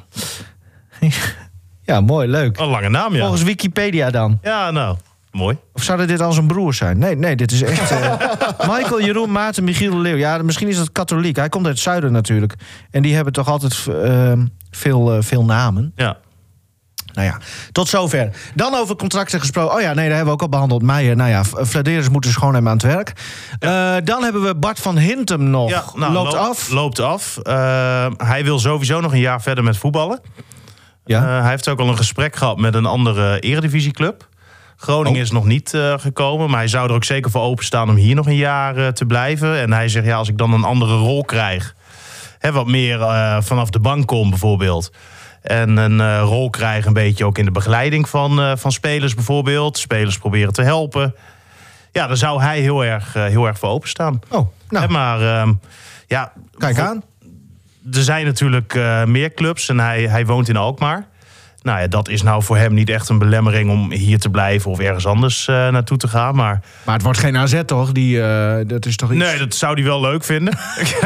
Ja, mooi, leuk. Een lange naam, ja. Volgens Wikipedia dan. Ja, nou. Mooi. Of zouden dit al zijn broers zijn? Nee, nee, dit is echt... uh, Michael Jeroen Maarten Michiel de Leeuw. Ja, misschien is dat katholiek. Hij komt uit het zuiden natuurlijk. En die hebben toch altijd uh, veel, uh, veel namen. Ja. Nou ja, tot zover. Dan over contracten gesproken. Oh ja, nee, daar hebben we ook al behandeld. Meijer, nou ja, Vladeris moet dus gewoon hem aan het werk. Uh, dan hebben we Bart van Hintem nog. Ja, nou, Loopt lo- af. Loopt af. Uh, hij wil sowieso nog een jaar verder met voetballen. Ja. Uh, hij heeft ook al een gesprek gehad met een andere eredivisieclub. Groningen Oh. is nog niet uh, gekomen, maar hij zou er ook zeker voor openstaan om hier nog een jaar uh, te blijven. En hij zegt, ja, als ik dan een andere rol krijg, hè, wat meer uh, vanaf de bank kom bijvoorbeeld, en een uh, rol krijg een beetje ook in de begeleiding van, uh, van spelers bijvoorbeeld, spelers proberen te helpen, ja, dan zou hij heel erg, uh, heel erg voor openstaan. Oh, nou, Hè, maar uh, ja, kijk aan. er zijn natuurlijk uh, meer clubs en hij, hij woont in Alkmaar. Nou ja, dat is nou voor hem niet echt een belemmering om hier te blijven of ergens anders uh, naartoe te gaan. Maar Maar het wordt geen A Z, toch? Die, uh, dat is toch iets... nee, dat zou hij wel leuk vinden.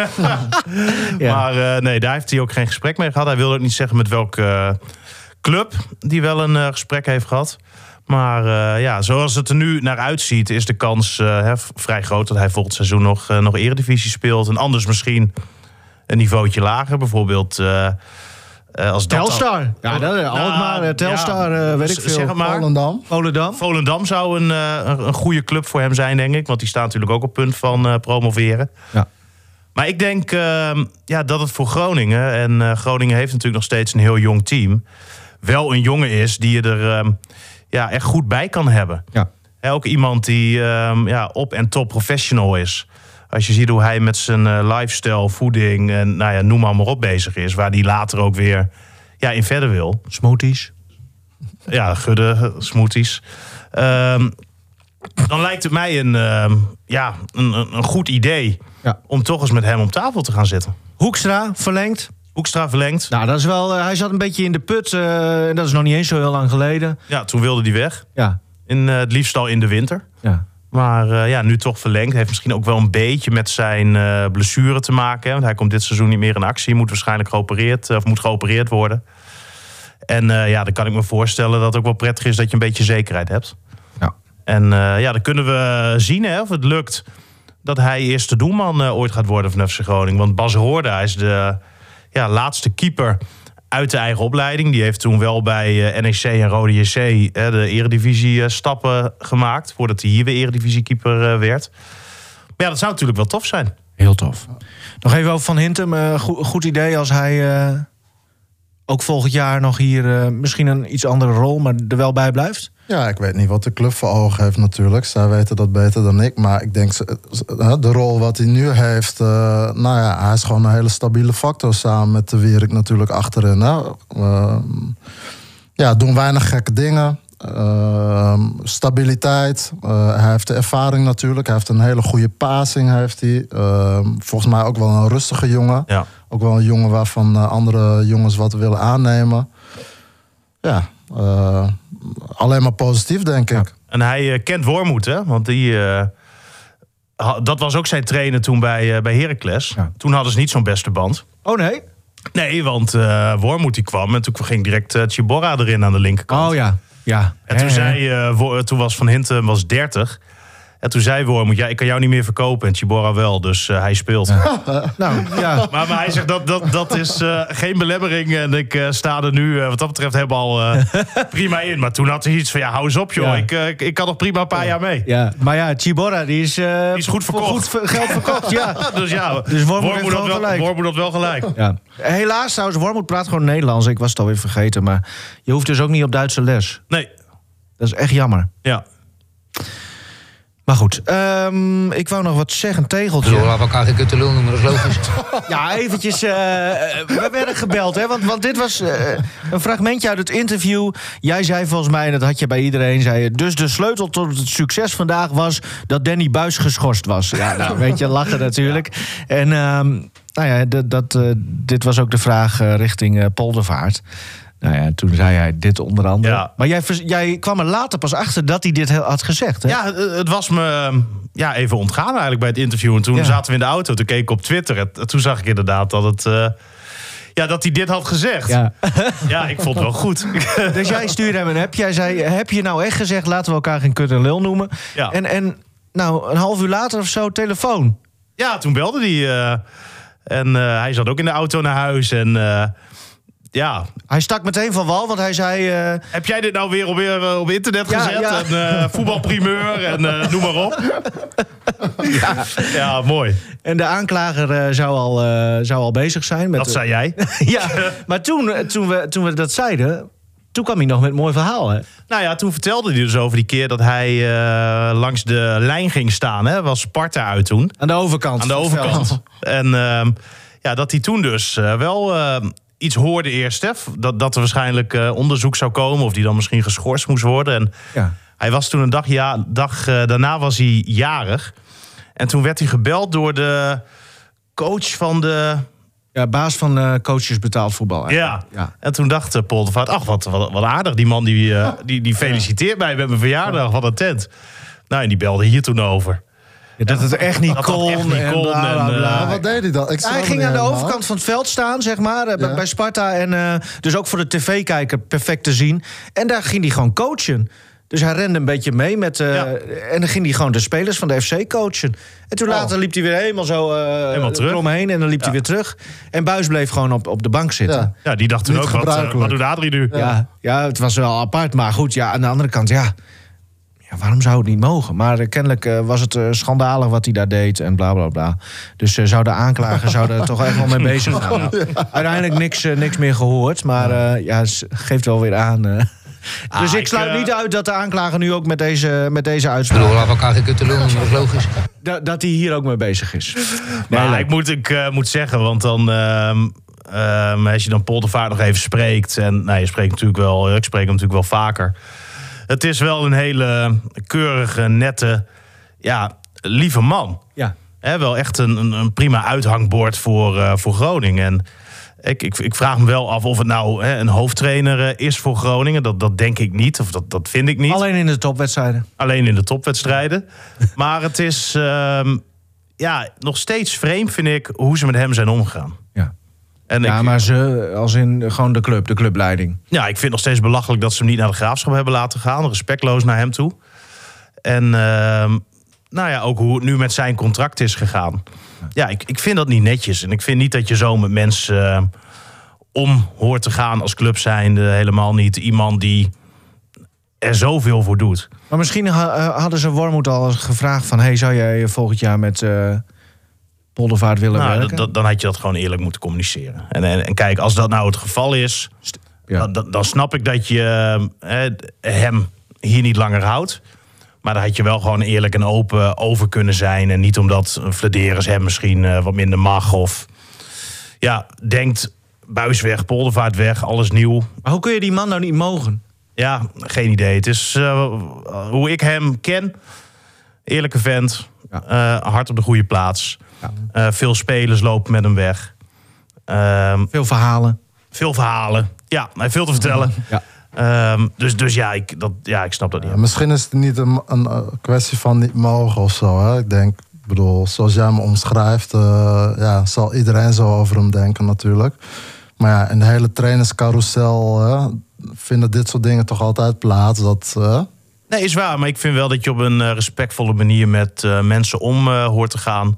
Ja. Maar uh, nee, daar heeft hij ook geen gesprek mee gehad. Hij wilde ook niet zeggen met welke uh, club die wel een uh, gesprek heeft gehad. Maar uh, ja, zoals het er nu naar uitziet, is de kans uh, hè, vrij groot dat hij volgend seizoen nog, uh, nog Eredivisie speelt. En anders misschien een niveautje lager. Bijvoorbeeld uh, uh, als dat dan- Telstar. Ja, dat is Alkmaar, uh, Telstar, ja, uh, weet ik z- veel. Zeg het maar. Volendam. Volendam. Volendam zou een, uh, een een goede club voor hem zijn, denk ik. Want die staat natuurlijk ook op punt van uh, promoveren. Ja. Maar ik denk uh, ja, dat het voor Groningen... en uh, Groningen heeft natuurlijk nog steeds een heel jong team... wel een jongen is die je er uh, ja, echt goed bij kan hebben. Ja. Hè, ook iemand die uh, ja, op- en top professional is. Als je ziet hoe hij met zijn uh, lifestyle, voeding... en nou ja, noem maar, maar op bezig is... waar hij later ook weer ja, in verder wil... Smoothies. Ja, gudde, smoothies. Um, dan lijkt het mij een, um, ja, een, een een goed idee... Ja. om toch eens met hem om tafel te gaan zitten. Hoekstra, verlengd. Hoekstra verlengd. Nou, dat is wel... Uh, hij zat een beetje in de put. Uh, en dat is nog niet eens zo heel lang geleden. Ja, toen wilde hij weg. Ja. In, uh, het liefst al in de winter. Ja. Maar uh, ja, nu toch verlengd. Heeft misschien ook wel een beetje met zijn uh, blessure te maken. Hè? Want hij komt dit seizoen niet meer in actie. Moet waarschijnlijk geopereerd, uh, of moet geopereerd worden. En uh, ja, dan kan ik me voorstellen dat het ook wel prettig is... dat je een beetje zekerheid hebt. Ja. En uh, ja, dan kunnen we zien hè, of het lukt... dat hij eerste doelman uh, ooit gaat worden van F C Groningen. Want Bas Roorda is de ja, laatste keeper uit de eigen opleiding. Die heeft toen wel bij uh, N E C en Rode J C uh, de eredivisie uh, stappen gemaakt. Voordat hij hier weer eredivisiekeeper uh, werd. Maar ja, dat zou natuurlijk wel tof zijn. Heel tof. Nog even over Van Hintem. Uh, go- goed idee als hij uh, ook volgend jaar nog hier uh, misschien een iets andere rol, maar er wel bij blijft. Ja, ik weet niet wat de club voor ogen heeft natuurlijk. Zij weten dat beter dan ik. Maar ik denk, de rol wat hij nu heeft... Uh, nou ja, hij is gewoon een hele stabiele factor... samen met de Wierik natuurlijk achterin. Hè. Uh, ja, doen weinig gekke dingen. Uh, stabiliteit. Uh, hij heeft de ervaring natuurlijk. Hij heeft een hele goede passing. Heeft hij. Uh, volgens mij ook wel een rustige jongen. Ja. Ook wel een jongen waarvan uh, andere jongens wat willen aannemen. Ja, uh, alleen maar positief, denk ik. Ja. En hij uh, kent Wormoed, hè? Want die, uh, ha, dat was ook zijn trainer toen bij, uh, bij Heracles. Ja. Toen hadden ze niet zo'n beste band. Oh nee? Nee, want uh, Wormoed die kwam en toen ging direct uh, Tjibora erin aan de linkerkant. Oh ja, ja. En toen, zei, uh, toen was Van Hintem was dertig. En toen zei Wormoed, ja, ik kan jou niet meer verkopen. En Tjibora wel, dus uh, hij speelt. Ja. nou, ja. Maar, maar hij zegt, dat, dat, dat is uh, geen belemmering. En ik uh, sta er nu, uh, wat dat betreft, helemaal uh, prima in. Maar toen had hij iets van, ja, hou eens op, joh. Ja. Ik, uh, ik, ik kan nog prima een paar jaar mee. Ja. Maar ja, Tjibora, die is, uh, die is goed verkocht. Goed geld verkocht, ja. dus ja, dus Wormoed heeft had wel gelijk. Wormoed had wel gelijk. Ja. Helaas, trouwens, Wormoed praat gewoon Nederlands. Ik was het alweer vergeten. Maar je hoeft dus ook niet op Duitse les. Nee. Dat is echt jammer. Ja. Maar goed, um, ik wou nog wat zeggen, tegeltje. We laten elkaar geen kuttelul noemen, dat is logisch. Ja, eventjes, uh, we werden gebeld, hè, want, want dit was uh, een fragmentje uit het interview. Jij zei volgens mij, en dat had je bij iedereen, zei je, dus de sleutel tot het succes vandaag was dat Danny Buis geschorst was. Ja, nou, weet je, lachen natuurlijk. Ja. En um, nou ja, dat, dat, uh, dit was ook de vraag uh, richting uh, Poldervaart. Nou ja, toen zei hij dit onder andere. Ja. Maar jij, jij kwam er later pas achter dat hij dit had gezegd, hè? Ja, het was me ja, even ontgaan eigenlijk bij het interview. En toen ja. zaten we in de auto, toen keek ik op Twitter. En toen zag ik inderdaad dat, het, uh, ja, dat hij dit had gezegd. Ja. ja, ik vond het wel goed. Dus jij stuurde hem een app. Jij zei, heb je nou echt gezegd, laten we elkaar geen kut en lul noemen? Ja. En, en nou, een half uur later of zo, telefoon. Ja, toen belde hij. Uh, en uh, hij zat ook in de auto naar huis en... Uh, Ja. Hij stak meteen van wal, want hij zei... Uh... Heb jij dit nou weer op, weer op internet ja, gezet? Ja. En uh, voetbalprimeur en uh, noem maar op. ja. ja, mooi. En de aanklager uh, zou, al, uh, zou al bezig zijn. Met dat zei jij. ja, maar toen, toen, we, toen we dat zeiden... Toen kwam hij nog met een mooi verhaal, hè? Nou ja, toen vertelde hij dus over die keer dat hij uh, langs de lijn ging staan. Hè? Was Sparta uit toen. Aan de overkant. Aan de overkant. En uh, ja, dat hij toen dus uh, wel... Uh, iets hoorde eerst, hè, dat, dat er waarschijnlijk uh, onderzoek zou komen... of die dan misschien geschorst moest worden. En ja. Hij was toen een dag, ja, dag uh, daarna was hij jarig. En toen werd hij gebeld door de coach van de... Ja, baas van uh, coaches betaald voetbal. Ja. ja, en toen dacht uh, Poldervaart... ach, wat, wat, wat aardig, die man die, uh, die, die feliciteert mij met mijn verjaardag. Wat een tent. Nou, en die belde hier toen over... Ja, dat het echt niet kon. En, bla, bla, bla. En, uh, wat deed hij dan? Ik hij ging aan de helemaal. overkant van het veld staan, zeg maar, ja. bij Sparta. En uh, dus ook voor de tv-kijker perfect te zien. En daar ging hij gewoon coachen. Dus hij rende een beetje mee met... Uh, ja. En dan ging hij gewoon de spelers van de F C coachen. En toen oh. later liep hij weer helemaal zo uh, omheen. En dan liep ja. hij weer terug. En Buis bleef gewoon op, op de bank zitten. Ja, ja die dacht toen ook, wat, uh, wat doet Adrie nu? Ja. Ja, ja, het was wel apart. Maar goed, ja, aan de andere kant, ja... Ja, waarom zou het niet mogen? Maar uh, kennelijk uh, was het uh, schandalig wat hij daar deed en bla bla bla. Dus uh, zou de aanklager zou er toch echt wel mee bezig gaan. Nou, uiteindelijk niks, uh, niks meer gehoord, maar uh, ja, het geeft wel weer aan. Uh. Ah, dus ik sluit ik, uh... niet uit dat de aanklager nu ook met deze, met deze uitspraak... We laten elkaar geen kuttelul noemen, dat is logisch. Dat, dat hij hier ook mee bezig is. Maar nee, ik, moet, ik uh, moet zeggen, want dan... Uh, uh, als je dan Poldervaart nog even spreekt... en nou, je spreekt natuurlijk wel, ik spreek hem natuurlijk wel vaker... Het is wel een hele keurige, nette, ja, lieve man. Ja. He, wel echt een, een, een prima uithangbord voor, uh, voor Groningen. En ik, ik, ik vraag me wel af of het nou he, een hoofdtrainer uh, is voor Groningen. Dat, dat denk ik niet, of dat, dat vind ik niet. Alleen in de topwedstrijden. Alleen in de topwedstrijden. Maar het is uh, ja, nog steeds vreemd, vind ik, hoe ze met hem zijn omgegaan. Ja. En ja, ik, maar ze, als in gewoon de club, de clubleiding. Ja, ik vind het nog steeds belachelijk dat ze hem niet naar de Graafschap hebben laten gaan. Respectloos naar hem toe. En uh, nou ja, ook hoe het nu met zijn contract is gegaan. Ja, ik, ik vind dat niet netjes. En ik vind niet dat je zo met mensen uh, om hoort te gaan als club zijnde. Helemaal niet iemand die er zoveel voor doet. Maar misschien ha- hadden ze Wormoed al eens gevraagd van... hey, zou jij volgend jaar met uh, Poldervaart willen Nou, werken? d- d- dan had je dat gewoon eerlijk moeten communiceren. En, en, en kijk, als dat nou het geval is... Ja. Dan, dan snap ik dat je eh, hem hier niet langer houdt. Maar dan had je wel gewoon eerlijk en open over kunnen zijn. En niet omdat Flederis hem misschien uh, wat minder mag. Of ja, denkt Buis weg, Poldervaart weg, alles nieuw. Maar hoe kun je die man nou niet mogen? Ja, geen idee. Het is uh, hoe ik hem ken. Eerlijke vent. Ja. Uh, hard op de goede plaats. Ja. Uh, veel spelers lopen met hem weg. Uh, Veel verhalen. veel verhalen. Ja, hij heeft veel te vertellen. Ja. Um, dus dus ja, ik, dat, ja, ik snap dat niet. Ja, misschien is het niet een, een kwestie van niet mogen of zo. Hè? Ik denk, ik bedoel, zoals jij me omschrijft, uh, ja, zal iedereen zo over hem denken natuurlijk. Maar ja, in de hele trainerscarousel uh, vinden dit soort dingen toch altijd plaats. Dat, uh... Nee, is waar. Maar ik vind wel dat je op een uh, respectvolle manier met uh, mensen om uh, hoort te gaan.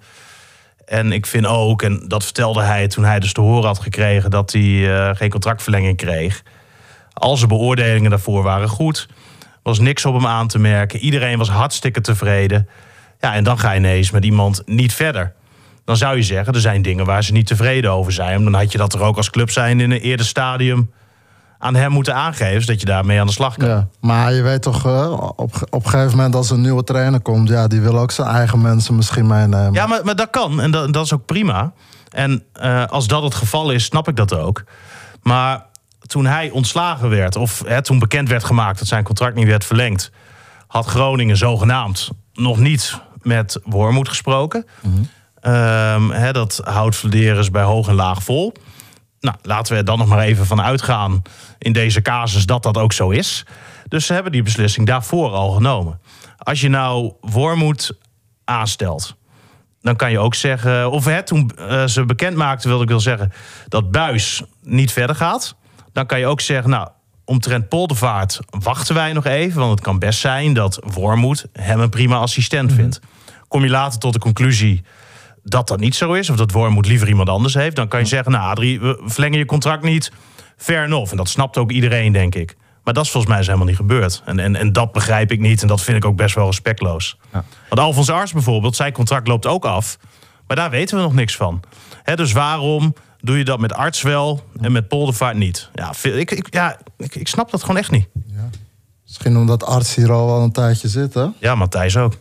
En ik vind ook, en dat vertelde hij toen hij dus te horen had gekregen... dat hij uh, geen contractverlenging kreeg. Al zijn beoordelingen daarvoor waren goed. Er was niks op hem aan te merken. Iedereen was hartstikke tevreden. Ja, en dan ga je ineens met iemand niet verder. Dan zou je zeggen, er zijn dingen waar ze niet tevreden over zijn. Dan had je dat er ook als club zijn in een eerder stadium aan hem moeten aangeven, zodat je daarmee aan de slag kan. Ja, maar je weet toch, uh, op, op een gegeven moment als er een nieuwe trainer komt... ja, die wil ook zijn eigen mensen misschien meenemen. Ja, maar, maar dat kan. En dat, dat is ook prima. En uh, als dat het geval is, snap ik dat ook. Maar toen hij ontslagen werd, of hè, toen bekend werd gemaakt dat zijn contract niet werd verlengd, had Groningen zogenaamd nog niet met Wormoed gesproken. Mm-hmm. Um, hè, dat houdt Flederis bij hoog en laag vol. Nou, laten we er dan nog maar even van uitgaan in deze casus dat dat ook zo is. Dus ze hebben die beslissing daarvoor al genomen. Als je nou Wormoed aanstelt, dan kan je ook zeggen, of hè, toen uh, ze bekend maakten, wilde ik wel zeggen, dat Buis niet verder gaat. Dan kan je ook zeggen, nou, omtrent Poldervaart wachten wij nog even. Want het kan best zijn dat Wormoed hem een prima assistent mm-hmm. vindt. Kom je later tot de conclusie dat dat niet zo is, of dat Wormoed liever iemand anders heeft, dan kan je zeggen, nou Adrie, we verlengen je contract niet, fair enough. En dat snapt ook iedereen, denk ik. Maar dat is volgens mij is helemaal niet gebeurd. En, en, en dat begrijp ik niet en dat vind ik ook best wel respectloos. Ja. Want Alfons Arts bijvoorbeeld, zijn contract loopt ook af, maar daar weten we nog niks van. He, dus waarom doe je dat met Arts wel en met Poldervaart niet? Ja, ik, ik, ja ik, ik snap dat gewoon echt niet. Ja. Misschien omdat Arts hier al wel een tijdje zit, hè? Ja, Matthijs ook.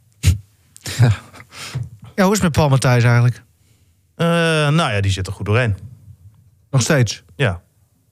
Ja. Ja, hoe is het met Paul Matthijs eigenlijk? Uh, nou ja, die zit er goed doorheen. Nog steeds? Ja.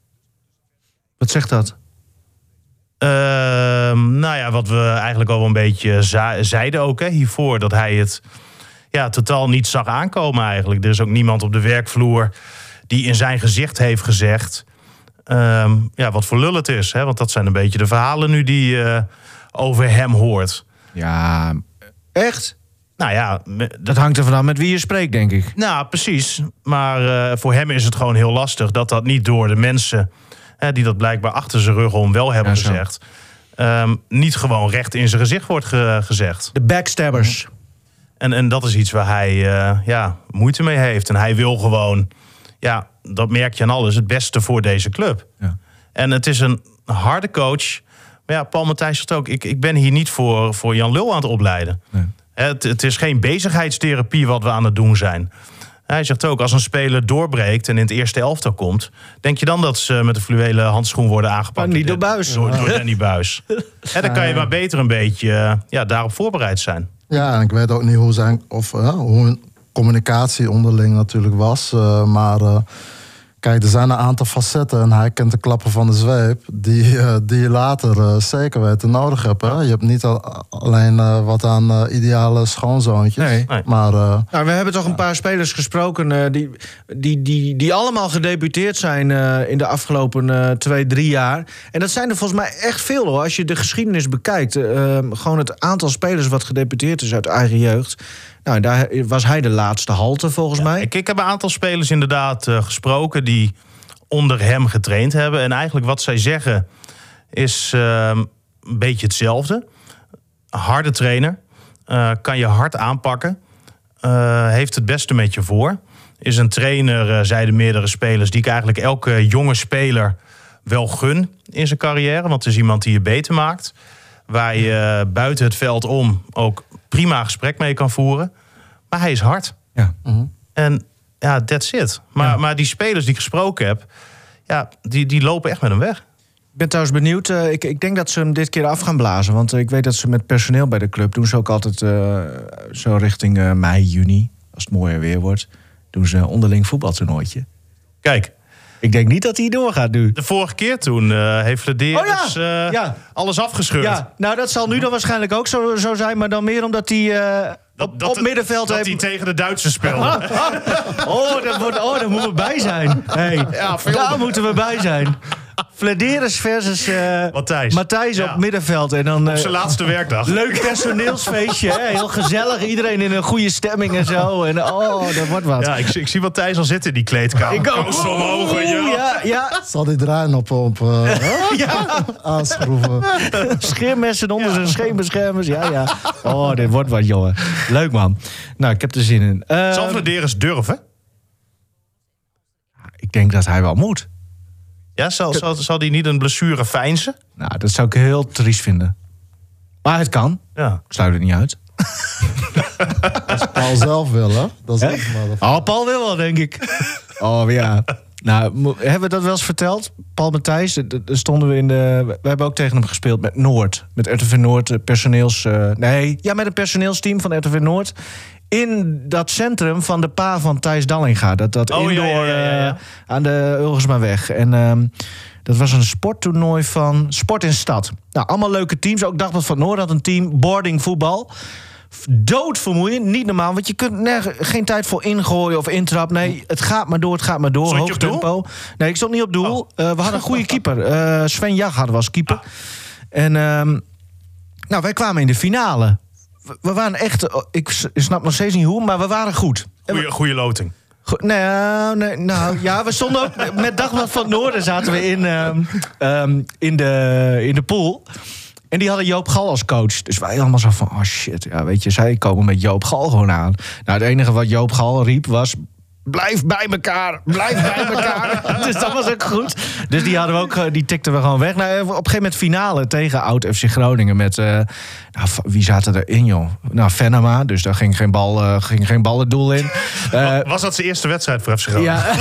Wat zegt dat? Uh, nou ja, wat we eigenlijk al wel een beetje za- zeiden ook hè, hiervoor. Dat hij het ja, totaal niet zag aankomen eigenlijk. Er is ook niemand op de werkvloer die in zijn gezicht heeft gezegd Um, ja, wat voor lul het is. Hè? Want dat zijn een beetje de verhalen nu die je uh, over hem hoort. Ja, echt? Nou ja, me, dat hangt er vanaf met wie je spreekt, denk ik. Nou, precies. Maar uh, voor hem is het gewoon heel lastig dat dat niet door de mensen uh, die dat blijkbaar achter zijn rug om wel hebben ja, gezegd, um, niet gewoon recht in zijn gezicht wordt ge- gezegd. De backstabbers. En, en dat is iets waar hij uh, ja, moeite mee heeft. En hij wil gewoon, ja, dat merk je aan alles, het beste voor deze club. Ja. En het is een harde coach. Maar ja, Paul Matthijs zegt ook, ik, ik ben hier niet voor, voor Jan Lul aan het opleiden. Nee. Het, het is geen bezigheidstherapie wat we aan het doen zijn. Hij zegt ook, als een speler doorbreekt en in het eerste elftal komt, denk je dan dat ze met de fluwelen handschoen worden aangepakt? Maar niet door Buis. Door, door Danny Buis. En dan kan je maar beter een beetje ja, daarop voorbereid zijn. Ja, en ik weet ook niet hoe zijn of uh, hoe hun communicatie onderling natuurlijk was. Uh, maar uh, kijk, er zijn een aantal facetten en hij kent de klappen van de zweep die, uh, die je later uh, zeker weten nodig hebt. Hè? Je hebt niet al, alleen uh, wat aan uh, ideale schoonzoontjes. Nee. Maar, uh, nou, we hebben toch een paar spelers gesproken uh, die, die, die, die allemaal gedebuteerd zijn uh, in de afgelopen uh, twee, drie jaar. En dat zijn er volgens mij echt veel hoor. Als je de geschiedenis bekijkt. Uh, gewoon het aantal spelers wat gedebuteerd is uit eigen jeugd. Nou, daar was hij de laatste halte volgens ja, mij. Ik, ik heb een aantal spelers inderdaad uh, gesproken die onder hem getraind hebben. En eigenlijk wat zij zeggen is uh, een beetje hetzelfde. Harde trainer. Uh, kan je hard aanpakken. Uh, heeft het beste met je voor. is een trainer, uh, zeiden meerdere spelers, die ik eigenlijk elke jonge speler wel gun in zijn carrière. Want het is iemand die je beter maakt. Waar je uh, buiten het veld om ook prima gesprek mee kan voeren. Maar hij is hard. Ja. Mm-hmm. En ja, that's it. Maar, Ja. maar die spelers die ik gesproken heb, ja, die, die lopen echt met hem weg. Ik ben trouwens benieuwd. Uh, ik, ik denk dat ze hem dit keer af gaan blazen. Want uh, ik weet dat ze met personeel bij de club doen ze ook altijd uh, zo richting uh, mei, juni. Als het mooier weer wordt. Doen ze een onderling voetbaltoernooitje. Kijk, Ik denk niet dat hij doorgaat nu. de vorige keer toen uh, heeft Flederis Oh ja, uh, ja. alles afgescheurd. Ja, nou dat zal nu dan waarschijnlijk ook zo, zo zijn. Maar dan meer omdat hij uh, op, op middenveld dat heeft... hij tegen de Duitsers speelde. Oh, dat wordt, oh, daar moeten we bij zijn. Hey, Ja, veel. daar moeten we bij zijn. Flederis versus uh, Matthijs. Matthijs Ja. op middenveld. En dan, uh, Op zijn laatste werkdag. leuk personeelsfeestje. Hè? Heel gezellig. Iedereen in een goede stemming en zo. En oh, dat wordt wat. Ja, ik, zie- ik zie Matthijs al zitten in die kleedkamer. Ik ook. Kous omhoog, weet je wel. Ja, ja, Zal die draaien op, op uh, ja. aanschroeven? Scheermessen onder zijn scheenbeschermers. Ja, ja. Oh, dit wordt wat, jongen. Leuk, man. Nou, ik heb er zin in. Uh, Zal Flederis durven? ik denk dat hij wel moet. Ja, zal, zal, zal hij niet een blessure veinzen? Nou, dat zou ik heel triest vinden. Maar het kan. Ja. Ik sluit het niet uit. Paul zelf wil, hè? Dat is Hè? echt maar de- Oh, Paul wil wel, denk ik. Oh, ja. Nou, mo- hebben we dat wel eens verteld? Paul Matthijs, d- d- stonden we in de... We hebben ook tegen hem gespeeld met Noord. Met R T V Noord, eh, personeels... eh, nee, ja, met een personeelsteam van R T V Noord. In dat centrum van de pa van Thijs Dallinga. Dat, dat Oh, ja, indoor ja, ja, ja. eh, aan de Ulgersmaweg. En ehm, dat was een sporttoernooi van Sport in Stad. Nou, allemaal leuke teams. Ook Dagblad van Noord had een team. Boarding voetbal. Doodvermoeiend, niet normaal. Want je kunt nergens, geen tijd voor ingooien of intrap. Nee, het gaat maar door, het gaat maar door. Stond je Hoog op doel? tempo. Nee, ik stond niet op doel. Uh, we hadden een goede keeper. Uh, Sven Jag hadden we als keeper. En um, nou, wij kwamen in de finale. We, we waren echt... uh, Ik s- snap nog steeds niet hoe, maar we waren goed. En we- Goeie, goeie loting. Go- Nee, nee, nou ja, we stonden ook met- met Dagblad van het Noorden zaten we in, um, um, in, de, in de pool. En die hadden Joop Gal als coach. Dus wij allemaal zo van, oh shit, ja, weet je, zij komen met Joop Gal gewoon aan. Nou, het enige wat Joop Gal riep was... Blijf bij elkaar, blijf bij elkaar. Dus dat was ook goed. Dus die hadden we ook, eh, die tikten we gewoon weg. Nou, op een gegeven moment finale tegen oud F C Groningen met, uh, nou, v- wie zaten erin, joh? Nou, Venema, dus daar ging geen bal, uh, ging geen bal het doel in. Uh, Was dat zijn eerste wedstrijd voor F C Groningen? ja.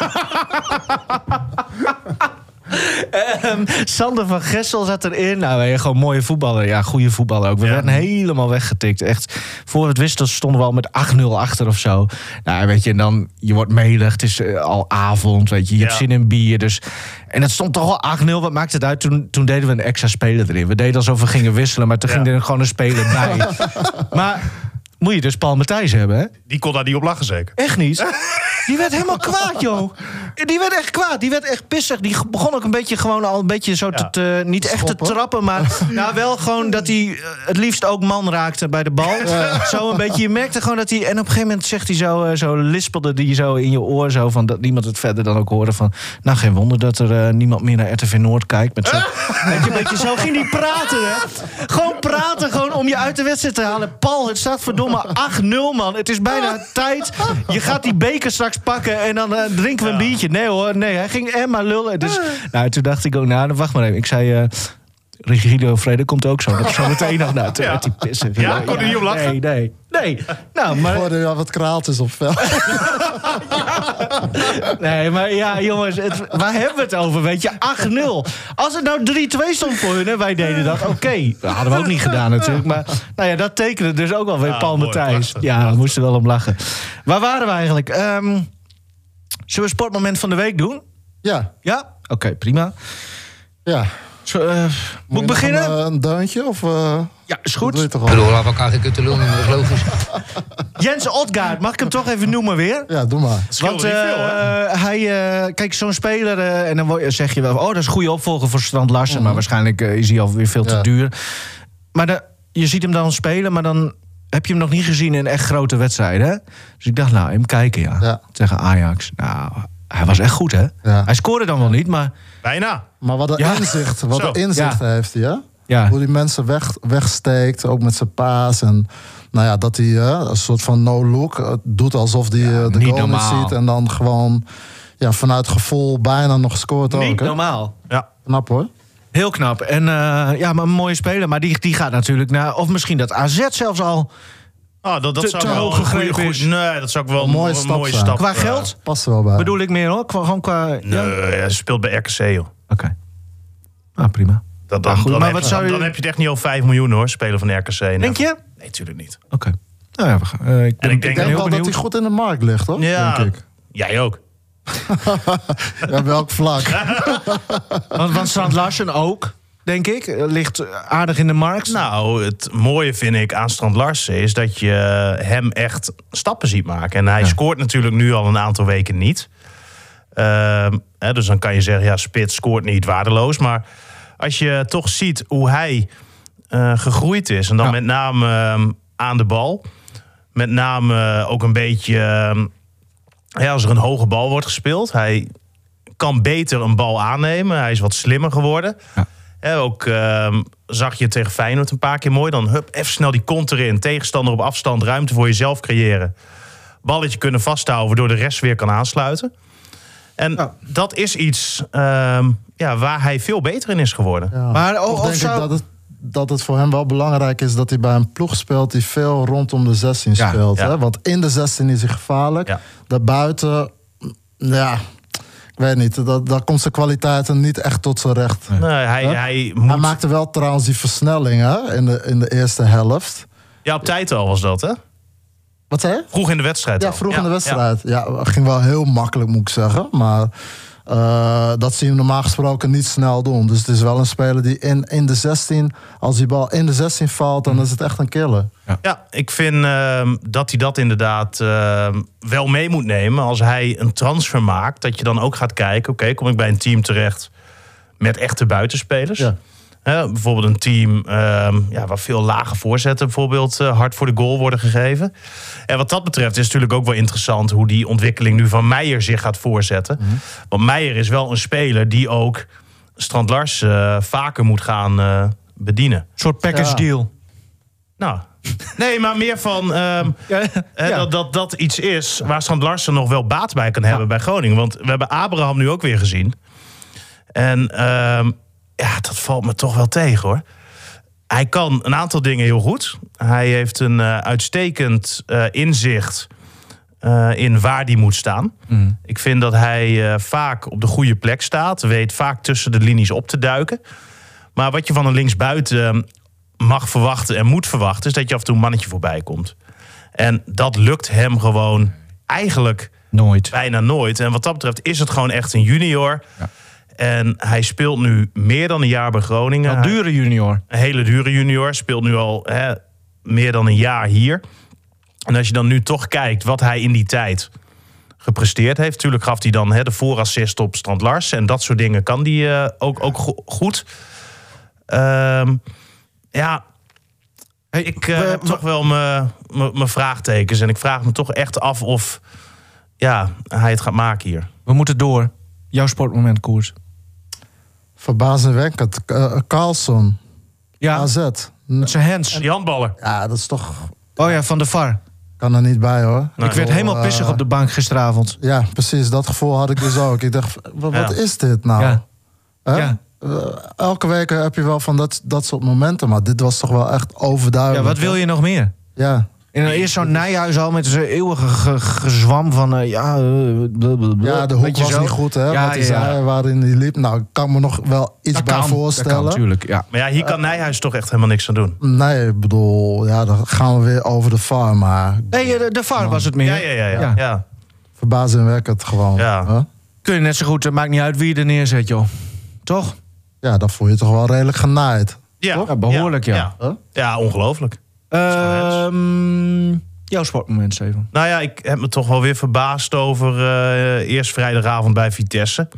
Ehm, Sander van Gessel zat erin. Nou, hij gewoon mooie voetballer. Ja, goede voetballer ook. We Ja. werden helemaal weggetikt. Echt, voor we het wisten stonden we al met acht nul achter of zo. Nou, weet je, en dan, je wordt melig. Het is uh, al avond, weet je. Je Ja. hebt zin in bier, dus... En het stond toch al acht nul, wat maakt het uit? Toen, toen deden we een extra speler erin. We deden alsof we gingen wisselen, maar toen Ja. ging er gewoon een speler bij. Maar moet je dus Paul Matthijs hebben, hè? Die kon daar niet op lachen zeker. Echt niet. Die werd helemaal kwaad, joh. Die werd echt kwaad. Die werd echt pissig. Die begon ook een beetje gewoon al een beetje zo te, Ja. te- niet echt te Schoppen. trappen, maar nou wel gewoon dat hij eh, het liefst ook man raakte bij de bal. Zo een beetje. Je merkte gewoon dat hij en op een gegeven moment zegt hij zo, eh, zo lispelde die zo in je oor zo van dat niemand het verder dan ook hoorde van. Nou, geen wonder dat er eh, niemand meer naar R T V Noord kijkt met zo. Weet je, een beetje zo ging hij praten, hè? Gewoon praten, gewoon om je uit de wedstrijd te halen. Paul, het staat verdomme acht nul, man. Het is bijna tijd. Je gaat die beker straks pakken en dan eh, drinken we een biertje. Nee hoor, nee, hij ging er maar lullen. Dus, nou, toen dacht ik ook, nou, wacht maar even. Ik zei, eh Rigido Vrede komt ook zo. Dat is zo meteen nog, nou, toen Ja. werd hij pissig. Ja, kon hij niet om lachen? Nee, nee, nee. Nou, maar... Hoorde je wat kraaltjes op veld? Nee, maar ja, jongens, het, waar hebben we het over, weet je? acht nul. Als het nou drie twee stond voor hun en wij deden dat, oké. Dat hadden we ook niet gedaan natuurlijk. Maar nou ja, dat tekende dus ook wel weer Ja, Paul mooi, Matthijs. prachtig, Ja, prachtig. we moesten wel om lachen. Waar waren we eigenlijk? Ehm, zullen we een sportmoment van de week doen? Ja, Ja? Oké, prima. ja. Zo, eh, moet ik Moet je beginnen? nog Een, eh, een deuntje? Of, uh, Ja, is dat doe je goed. toch Ik al? bedoel, laten we elkaar geen kutten lullen, maar dat is logisch. Jens Odgaard, mag ik hem toch even noemen weer? Ja, doe maar. Scheelde Want niet veel, hè? eh, hij, eh, kijk, zo'n speler, eh, en dan word je- zeg je wel, oh, dat is een goede opvolger voor Strand Larsen, maar waarschijnlijk eh, is hij alweer veel te Ja. duur. Maar de, je ziet hem dan spelen, maar dan heb je hem nog niet gezien in echt grote wedstrijden. Hè? Dus ik dacht, nou, hem kijken, ja, Ja. tegen Ajax. Nou, hij was echt goed, hè? Ja. Hij scoorde dan wel niet, maar Bijna. Maar wat een Ja. inzicht, wat Zo. een inzicht Ja. heeft hij, hè? Ja. Hoe hij mensen weg, wegsteekt, ook met zijn paas. En nou ja, dat hij uh, een soort van no-look uh, doet alsof hij uh, de niet goal niet normaal. ziet. En dan gewoon ja, vanuit gevoel bijna nog scoort ook. Niet Hè? normaal. Ja. Knap hoor. Heel knap. En uh, ja, maar een mooie speler. Maar die, die gaat natuurlijk naar... Of misschien dat A Z zelfs al Oh, dat, dat te, zou te wel hoog een goede, gegrepen goede, is. Nee, dat zou ik wel Een een, mooie een stap mooie zijn. stap. Qua uh, geld? Past er wel bij. Bedoel ik meer hoor. Qua, gewoon qua... Nee, ja? hij speelt bij R K C, joh. Oké. Okay. Ah, prima. Dat, dan, goed, dan, maar heb, wat je- zou je- dan heb je het echt niet over vijf miljoen, hoor. Spelen van R K C. Nee, Denk je? Nee, natuurlijk niet. Oké. Okay. Nou ja, we gaan. Uh, ik ben, ik Ik denk denk heel wel dat benieuwd. hij goed in de markt ligt, hoor. Ja, Denk ik. jij ook. Ja, welk vlak? Want, want Strand Larsen ook, denk ik, uh, ligt aardig in de markt. Nou, het mooie vind ik aan Strand Larsen is dat je hem echt stappen ziet maken. En hij Ja. scoort natuurlijk nu al een aantal weken niet. Ehm, hè, dus dan kan je zeggen, ja, Spits scoort niet, waardeloos. Maar als je toch ziet hoe hij eh, gegroeid is... en dan Ja. met name ehm, aan de bal... met name ook een beetje... ehm, ja, als er een hoge bal wordt gespeeld... hij kan beter een bal aannemen. Hij is wat slimmer geworden. Ja. Hè, ook ehm, zag je tegen Feyenoord een paar keer mooi. Dan hup, even snel die kont erin. Tegenstander op afstand, ruimte voor jezelf creëren. Balletje kunnen vasthouden, waardoor de rest weer kan aansluiten. En Ja. dat is iets ehm, ja, waar hij veel beter in is geworden. Ja. Maar o- Toch of denk zou- ik dat het, dat het voor hem wel belangrijk is dat hij bij een ploeg speelt die veel rondom de zestien Ja, speelt. ja. Hè? Want in de zestien is hij gevaarlijk. Ja. Daarbuiten, ja, ik weet niet. Dat, daar komt zijn kwaliteiten niet echt tot zijn recht. Nee, hij, Huh? hij moet... Hij maakte wel trouwens die versnelling hè, in, de, in de eerste helft. Ja, op tijd al was dat, hè? Wat zei je? Vroeg in de wedstrijd Ja, al. vroeg in de wedstrijd. Ja, ging wel heel makkelijk, moet ik zeggen. Maar uh, dat zie je normaal gesproken niet snel doen. Dus het is wel een speler die in, in de zestien... als die bal in de zestien valt, dan is het echt een killer. Ja, ik vind ehm, dat hij dat inderdaad ehm, wel mee moet nemen. Als hij een transfer maakt, dat je dan ook gaat kijken... oké, kom ik bij een team terecht met echte buitenspelers? Ja. Hè, bijvoorbeeld een team ehm, ja, waar veel lage voorzetten... bijvoorbeeld eh, hard voor de goal worden gegeven. En wat dat betreft is het natuurlijk ook wel interessant... hoe die ontwikkeling nu van Meijer zich gaat voorzetten. Mm-hmm. Want Meijer is wel een speler die ook Strand Larsen uh, vaker moet gaan uh, bedienen. Een soort package Ja. deal. Nou, nee, maar meer van ehm, Ja, hè, ja. dat, dat dat iets is waar Strand Larsen nog wel baat bij kan hebben bij Groningen. Want we hebben Abraham nu ook weer gezien. En ehm, ja, dat valt me toch wel tegen, hoor. Hij kan een aantal dingen heel goed. Hij heeft een uh, uitstekend uh, inzicht uh, in waar die moet staan. Mm. Ik vind dat hij uh, vaak op de goede plek staat. Weet vaak tussen de linies op te duiken. Maar wat je van een linksbuiten mag verwachten en moet verwachten... is dat je af en toe een mannetje voorbij komt. En dat lukt hem gewoon eigenlijk Nooit. bijna nooit. En wat dat betreft is het gewoon echt een junior. Ja. En hij speelt nu meer dan een jaar bij Groningen. Een dure junior. Een hele dure junior. Speelt nu al hè, meer dan een jaar hier. En als je dan nu toch kijkt wat hij in die tijd gepresteerd heeft. Natuurlijk gaf hij dan hè, de voorassist op Strand Larsen. En dat soort dingen kan hij uh, ook, ook go- goed. Um, ja, ik uh, we- heb we- toch wel mijn mijn vraagtekens. En ik vraag me toch echt af of ja, hij het gaat maken hier. We moeten door. Jouw sportmoment, Koers. Verbazingwekkend. Uh, Carlson, Ja, A Z. met zijn hands. Die handballer. Ja, dat is toch... Oh ja, van de V A R. Kan er niet bij, hoor. Nee. Ik werd Oh, helemaal uh, pissig op de bank gisteravond. Ja, precies. Dat gevoel had ik dus ook. Ik dacht, wat, wat Ja. is dit nou? Ja. Hè? Ja. Uh, elke week heb je wel van dat, dat soort momenten. Maar dit was toch wel echt Ja, overduidelijk. wat wil je nog meer? Ja. En dan eerst zo'n Nijhuis al met zijn eeuwige ge- gezwam van... eh, ja, uh, blablabla. Ja, de hoek Weet je was zo? niet goed, hè? Ja, wat hij ja, ja. zei, waarin hij liep. Nou, ik kan me nog wel iets Dat bij kan, dat voorstellen. kan natuurlijk, ja. Maar ja, hier kan Nijhuis toch echt helemaal niks aan doen. Nee, ik bedoel, ja, dan gaan we weer over de V A R. Maar Nee, de, de V A R was het meer. Ja, ja, ja. ja. Ja. ja. verbazingwekkend gewoon. Ja. Hè? Kun je net zo goed, het maakt niet uit wie je er neerzet, joh. Toch? Ja, dan voel je toch wel redelijk genaaid. Ja, Ja, behoorlijk, ja. Ja, Huh? ja ongelooflijk. Ehm, jouw sportmoment, Steven. Nou ja, ik heb me toch wel weer verbaasd over uh, eerst vrijdagavond bij Vitesse.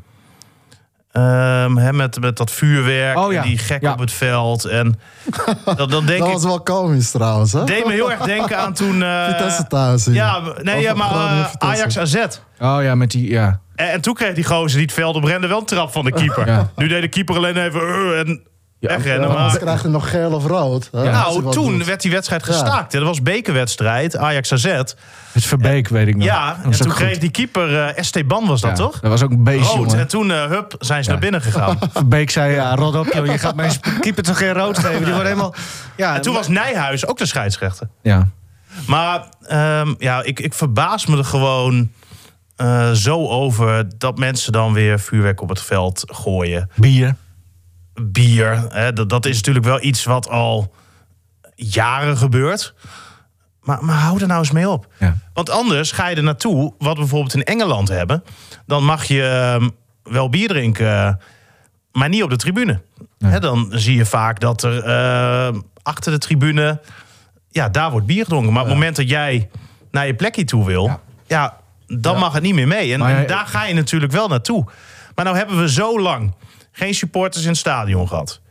Um, hè, met, met dat vuurwerk Oh, ja. en die gek Ja. op het veld. En dat, dan denk Dat ik, was wel komisch trouwens, hè? deed me heel erg denken aan toen... uh, Vitesse thuis. hier. ja, nee, ja, Of maar Groningen, uh, Vitesse. Ajax A Z. Oh ja, met die, ja. En, en toen kreeg die gozer die het veld op rende wel een trap van de keeper. Ja. Nu deed de keeper alleen even... uh, en wegrennen. Ja, anders Maar... krijg je nog geel of rood. Hè? Als je Nou, wat toen doet. werd die wedstrijd gestaakt. Ja. Dat was bekerwedstrijd, Ajax A Z. Het Verbeek, weet ik nog. Ja, Dat en was toen ook kreeg goed. die keeper uh, Esteban, was dat Ja, toch? Dat was ook een beestje, Rood. jongen. En toen, uh, hup, zijn ze Ja. naar binnen gegaan. Verbeek zei, ja, rot op, joh. Je gaat mijn keeper toch geen rood geven? Die wordt helemaal... Ja, En toen was Nijhuis ook de scheidsrechter. Ja. Maar um, ja, ik, ik verbaas me er gewoon uh, zo over... dat mensen dan weer vuurwerk op het veld gooien. Bier. Bier, hè, dat, dat is natuurlijk wel iets wat al jaren gebeurt. Maar, maar hou er nou eens mee op. Ja. Want anders ga je er naartoe, wat we bijvoorbeeld in Engeland hebben... dan mag je um, wel bier drinken, maar niet op de tribune. Nee. Hè, dan zie je vaak dat er uh, achter de tribune... ja, daar wordt bier gedronken. Maar op het moment dat jij naar je plekje toe wil... ja, ja dan ja. mag het niet meer mee. En, maar, en daar ga je natuurlijk wel naartoe. Maar nou hebben we zo lang geen supporters in het stadion gehad.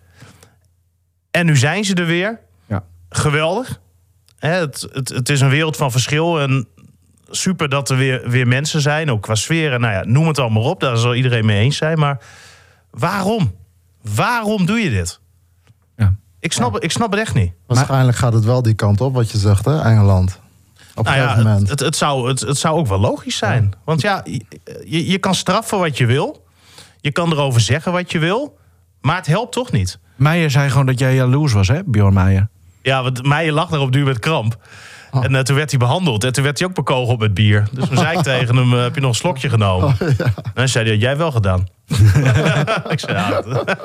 En nu zijn ze er weer. Ja. Geweldig. Hè, het, het, het is een wereld van verschil. En super dat er weer, weer mensen zijn. Ook qua sfeer. En nou ja, noem het allemaal op. Daar zal iedereen mee eens zijn. Maar waarom? Waarom doe je dit? Ja. Ik snap, ja. ik snap het echt niet. Waarschijnlijk gaat het wel die kant op, wat je zegt, hè? Engeland. Op een nou gegeven ja, moment. het, het, het, zou, het, het zou ook wel logisch zijn. Ja. Want ja, je, je kan straffen wat je wil. Je kan erover zeggen wat je wil. Maar het helpt toch niet. Meijer zei gewoon dat jij jaloers was, hè, Bjorn Meijer? Ja, want Meijer lag daar op duur met kramp. Oh. En uh, toen werd hij behandeld. En toen werd hij ook bekogeld met bier. Dus toen zei ik tegen hem, uh, heb je nog een slokje genomen? Oh, ja. En dan zei hij, jij wel gedaan. Ik zei, ja.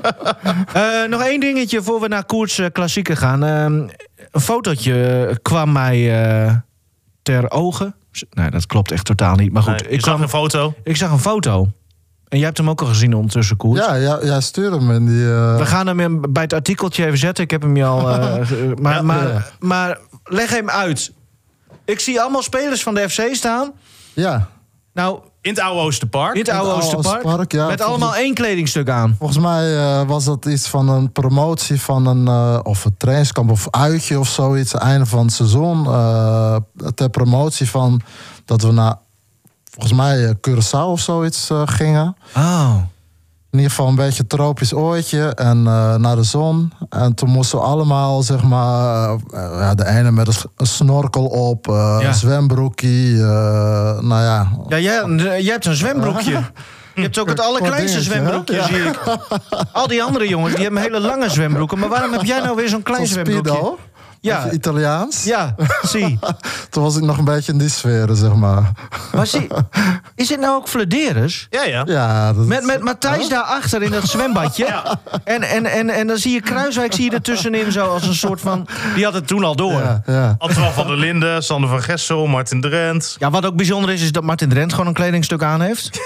uh, nog één dingetje voor we naar Koerts uh, klassieker gaan. Uh, een fotootje kwam mij uh, ter ogen. Nee, dat klopt echt totaal niet. Maar goed, nee, je ik zag kwam, een foto? Ik zag een foto. En jij hebt hem ook al gezien ondertussen, Koerts. Ja, ja, ja, stuur hem in die... Uh... We gaan hem bij het artikeltje even zetten. Ik heb hem je al... Uh, maar, ja, maar, ja. maar leg hem uit. Ik zie allemaal spelers van de F C staan. Ja. Nou, in het Oude Oosterpark. In het Oude Oosterpark. Oosterpark ja, met allemaal volgens, één kledingstuk aan. Volgens mij uh, was dat iets van een promotie van een... Uh, of een trainingskamp of uitje of zoiets. Einde van het seizoen. Uh, ter promotie van dat we naar... Volgens mij Curaçao of zoiets uh, gingen. Oh. In ieder geval een beetje tropisch ooitje. En uh, naar de zon. En toen moesten we allemaal, zeg maar... Uh, ja, de ene met een snorkel op. Uh, ja. Een zwembroekje. Uh, nou ja. Ja, jij, jij hebt een zwembroekje. Je hebt ook het allerkleinste zwembroekje, ja. zie ik. Al die andere jongens, die hebben hele lange zwembroeken. Maar waarom heb jij nou weer zo'n klein zwembroekje? Speedo? Ja. Italiaans? Ja, zie. Toen was ik nog een beetje in die sfeer, zeg maar. Maar zie, is dit nou ook Flederis? Ja, ja. ja dat met met Matthijs huh? daarachter in dat zwembadje. Ja. En, en, en, en dan zie je Kruiswijk zie je er tussenin zo als een soort van... Die had het toen al door. Ja, ja. Antoine van der Linden, Sander van Gessel, Martin Drent. Ja, wat ook bijzonder is, is dat Martin Drent gewoon een kledingstuk aan heeft.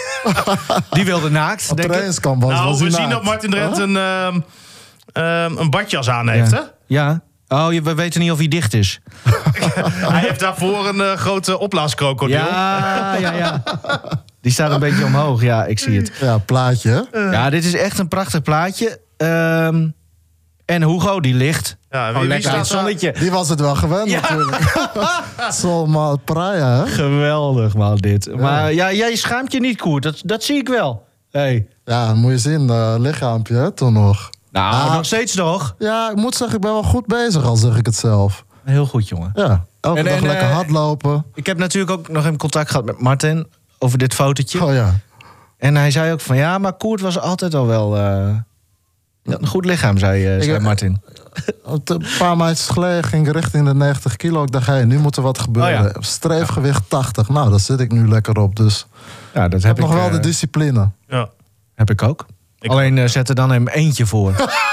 Die wilde naakt, Op denk ik. Was, nou, was we zien naakt. dat Martin Drent huh? een, um, um, een badjas aan heeft, ja. hè? Ja. Oh, we weten niet of hij dicht is. Hij heeft daarvoor een uh, grote opblaaskrokodil. Ja, ja, ja. Die staat een beetje omhoog, ja, ik zie het. Ja, plaatje. Uh. Ja, dit is echt een prachtig plaatje. Um, en Hugo, die ligt. Ja, wie, oh, lekker in het zonnetje. Die was het wel gewend, ja. natuurlijk. Zomaar praia, hè? Geweldig, man, dit. Ja. Maar ja, jij schaamt je niet, Koert. Dat, dat zie ik wel. Hey. Ja, moet je zien, uh, lichaampje, hè, toen nog. Nou, ah, nog steeds nog. Ja, ik moet zeggen, ik ben wel goed bezig, al zeg ik het zelf. Heel goed, jongen. Ja, elke en, dag en, lekker uh, hardlopen. Ik heb natuurlijk ook nog in contact gehad met Martin over dit fotootje. Oh ja. En hij zei ook van, ja, maar Koert was altijd al wel... Uh, een goed lichaam, zei, uh, zei ik, Martin. Een paar maandjes geleden ging ik richting de negentig kilo. Ik dacht, hey, nu moet er wat gebeuren. Oh ja. Streefgewicht tachtig. Nou, daar zit ik nu lekker op, dus... Ja, dat ik heb heb ik, nog wel uh, de discipline. Ja. Heb ik ook. Ik Alleen uh, zet er dan hem eentje voor.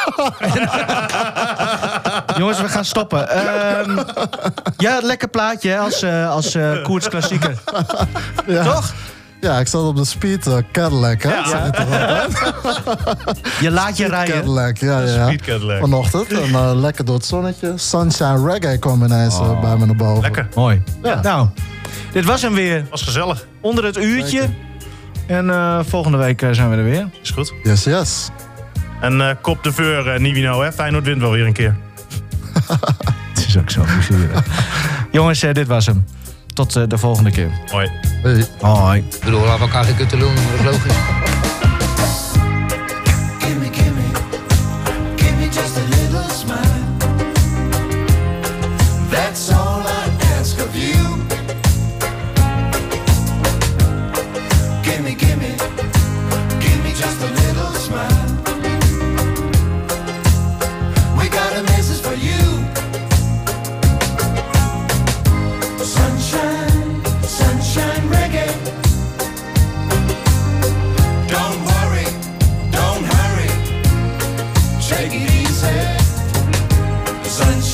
Jongens, we gaan stoppen. Um, ja, lekker plaatje hè, als, uh, als uh, Koerts klassieker. Ja. Toch? Ja, ik zat op de Speed uh, Cadillac, hè? Ja. Ja. Je laat je rijden. Cadillac, ja, ja. Speed Cadillac. Vanochtend. En uh, lekker door het zonnetje. Sunshine Reggae kwam ineens uh, oh. bij me naar boven. Lekker. Mooi. Ja. Nou, dit was hem weer. Was gezellig. Onder het uurtje. Zeker. En uh, volgende week uh, zijn we er weer. Is goed. Yes, yes. En uh, kop de veur, uh, Nivino, hè? Feyenoord wint wel weer een keer. Het is ook zo figuurlijk. Jongens, uh, dit was hem. Tot uh, de volgende keer. Hoi. Hey. Hoi. Ik bedoel, we hebben elkaar geen kutten lullen, dat is logisch. Gimme, gimme, gimme just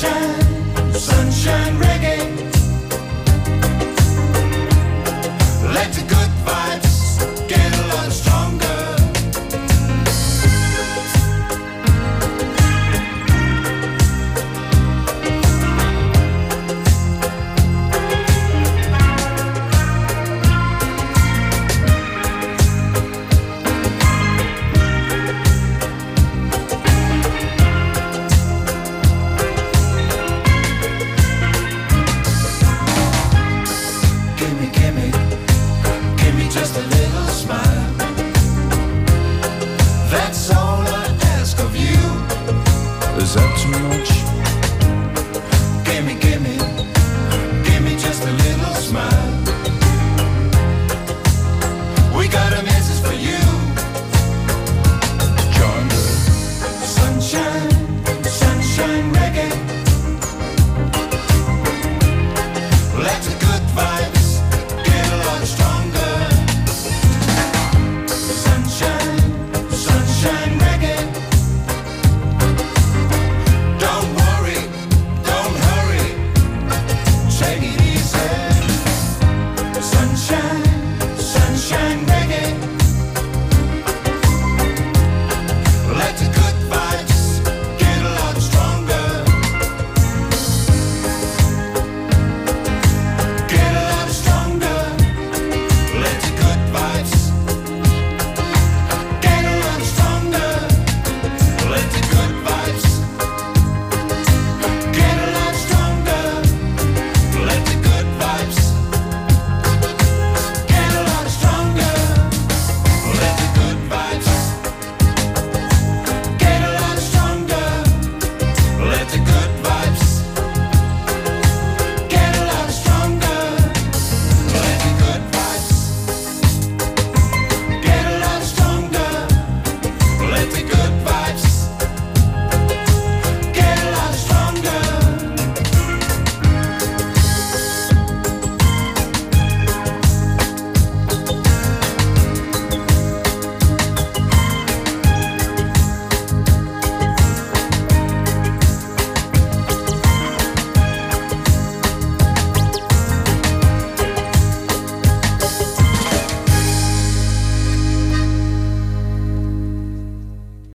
sunshine, sunshine